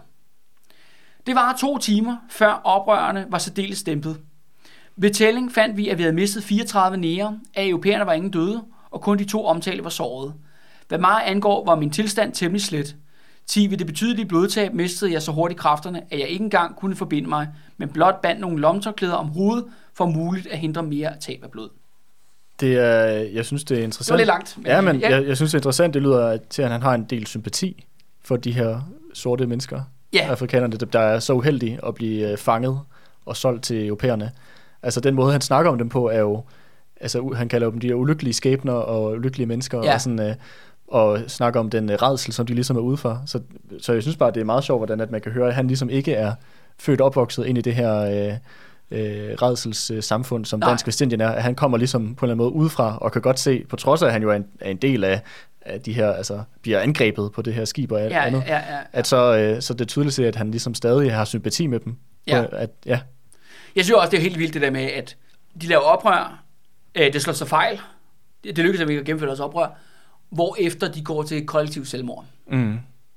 Det var to timer, før oprørerne var særdeles dæmpet. Ved tælling fandt vi, at vi havde mistet fireogtredive nære, af europæerne var ingen døde, og kun de to omtalte var sårede. Hvad mig angår, var min tilstand temmelig slet. Ti ved det betydelige blodtab mistede jeg så hurtigt kræfterne, at jeg ikke engang kunne forbinde mig, men blot bandt nogle lommetørklæder om hovedet, for muligt at hindre mere tab af blod. Det er, jeg synes, det er interessant. Det var lidt langt. Men ja, men ja. Jeg, jeg synes, det er interessant. Det lyder til, at han har en del sympati for de her sorte mennesker, ja. afrikanerne, der er så uheldige at blive fanget og solgt til europæerne. Altså, den måde, han snakker om dem på, er jo, altså, han kalder dem de her ulykkelige skæbner og ulykkelige mennesker, ja. og sådan, øh, og snakker om den øh, rædsel, som de ligesom er ude for. Så, så jeg synes bare, det er meget sjovt, hvordan at man kan høre, at han ligesom ikke er født og opvokset ind i det her øh, øh, rædselssamfund, som Nej. Dansk Vestindien er. At han kommer ligesom på en eller anden måde udefra, og kan godt se, på trods af, at han jo er en, er en del af, af de her, altså bliver angrebet på det her skib og ja, andet, ja, ja, ja. at så, øh, så det er tydeligt at han ligesom stadig har sympati med dem. Ja. På, at, ja. Jeg synes også, det er helt vildt det der med, at de laver oprør, øh, det slår sig fejl, det, det lykkes at vi kan gennemføre deres oprør, hvorefter de går til kollektiv selvmord. Mm.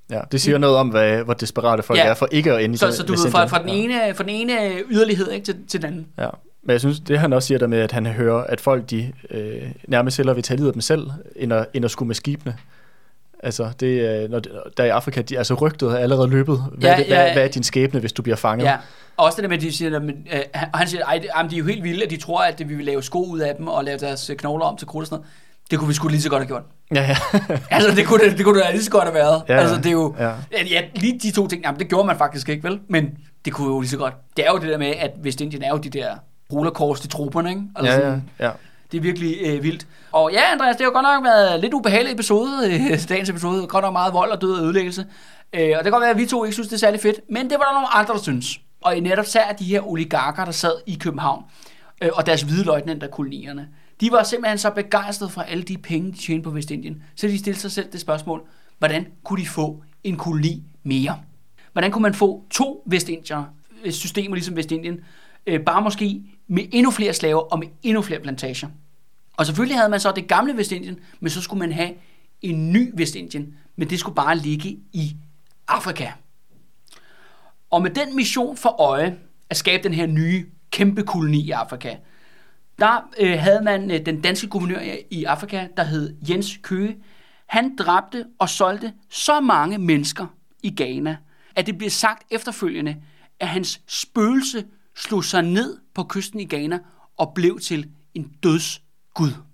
Ja, det siger noget om, hvad, hvor desperate folk ja. er for ikke at ende i så, så du ved, fra, fra, den ene, fra den ene yderlighed ikke, til, til den anden. Ja, men jeg synes, det han også siger der med, at han hører, at folk de øh, nærmest hellere vil tage livet af dem selv, end at, end at skulle med skibene. Altså, det, når det, der i Afrika, de, altså rygtet er allerede løbet. Hvad, ja, er det, ja, hvad, hvad er din skæbne, hvis du bliver fanget? Ja, og også det der med, at de siger, at, øh, og han siger, at de er jo helt vilde, at de tror, at vi vil lave sko ud af dem, og lave deres knogler om til krudt og sådan noget. Det kunne vi sgu lige så godt have gjort. Ja, ja. altså, det kunne det, det kunne det lige så godt have været. Ja, ja. Altså, det er jo, ja. ja, lige de to ting, jamen, det gjorde man faktisk ikke, vel? Men det kunne jo lige så godt. Det er jo det der med, at Vestindien er jo de der rulerkors til trupperne, ikke? Altså, ja, ja, ja. Det er virkelig øh, vildt. Og ja, Andreas, det har jo godt nok været en lidt ubehagelig episode, øh, dagens episode. Godt nok meget vold og død og ødelæggelse. Øh, og det kan godt være, at vi to ikke synes, det er særlig fedt. Men det var der nogle andre, der synes. Og i netop sær de her oligarker, der sad i København, øh, og deres hvide løjtnanter kolonierne. De var simpelthen så begejstrede for alle de penge, de tjente på Vestindien. Så de stillede sig selv det spørgsmål, hvordan kunne de få en koloni mere? Hvordan kunne man få to vestindier, systemer ligesom Vestindien, øh, bare måske med endnu flere slaver og med endnu flere plantager? Og selvfølgelig havde man så det gamle Vestindien, men så skulle man have en ny Vestindien, men det skulle bare ligge i Afrika. Og med den mission for øje at skabe den her nye kæmpe koloni i Afrika, der øh, havde man øh, den danske guvernør i Afrika, der hed Jens Køge. Han dræbte og solgte så mange mennesker i Ghana, at det blev sagt efterfølgende, at hans spøgelse slog sig ned på kysten i Ghana og blev til en dødsgud.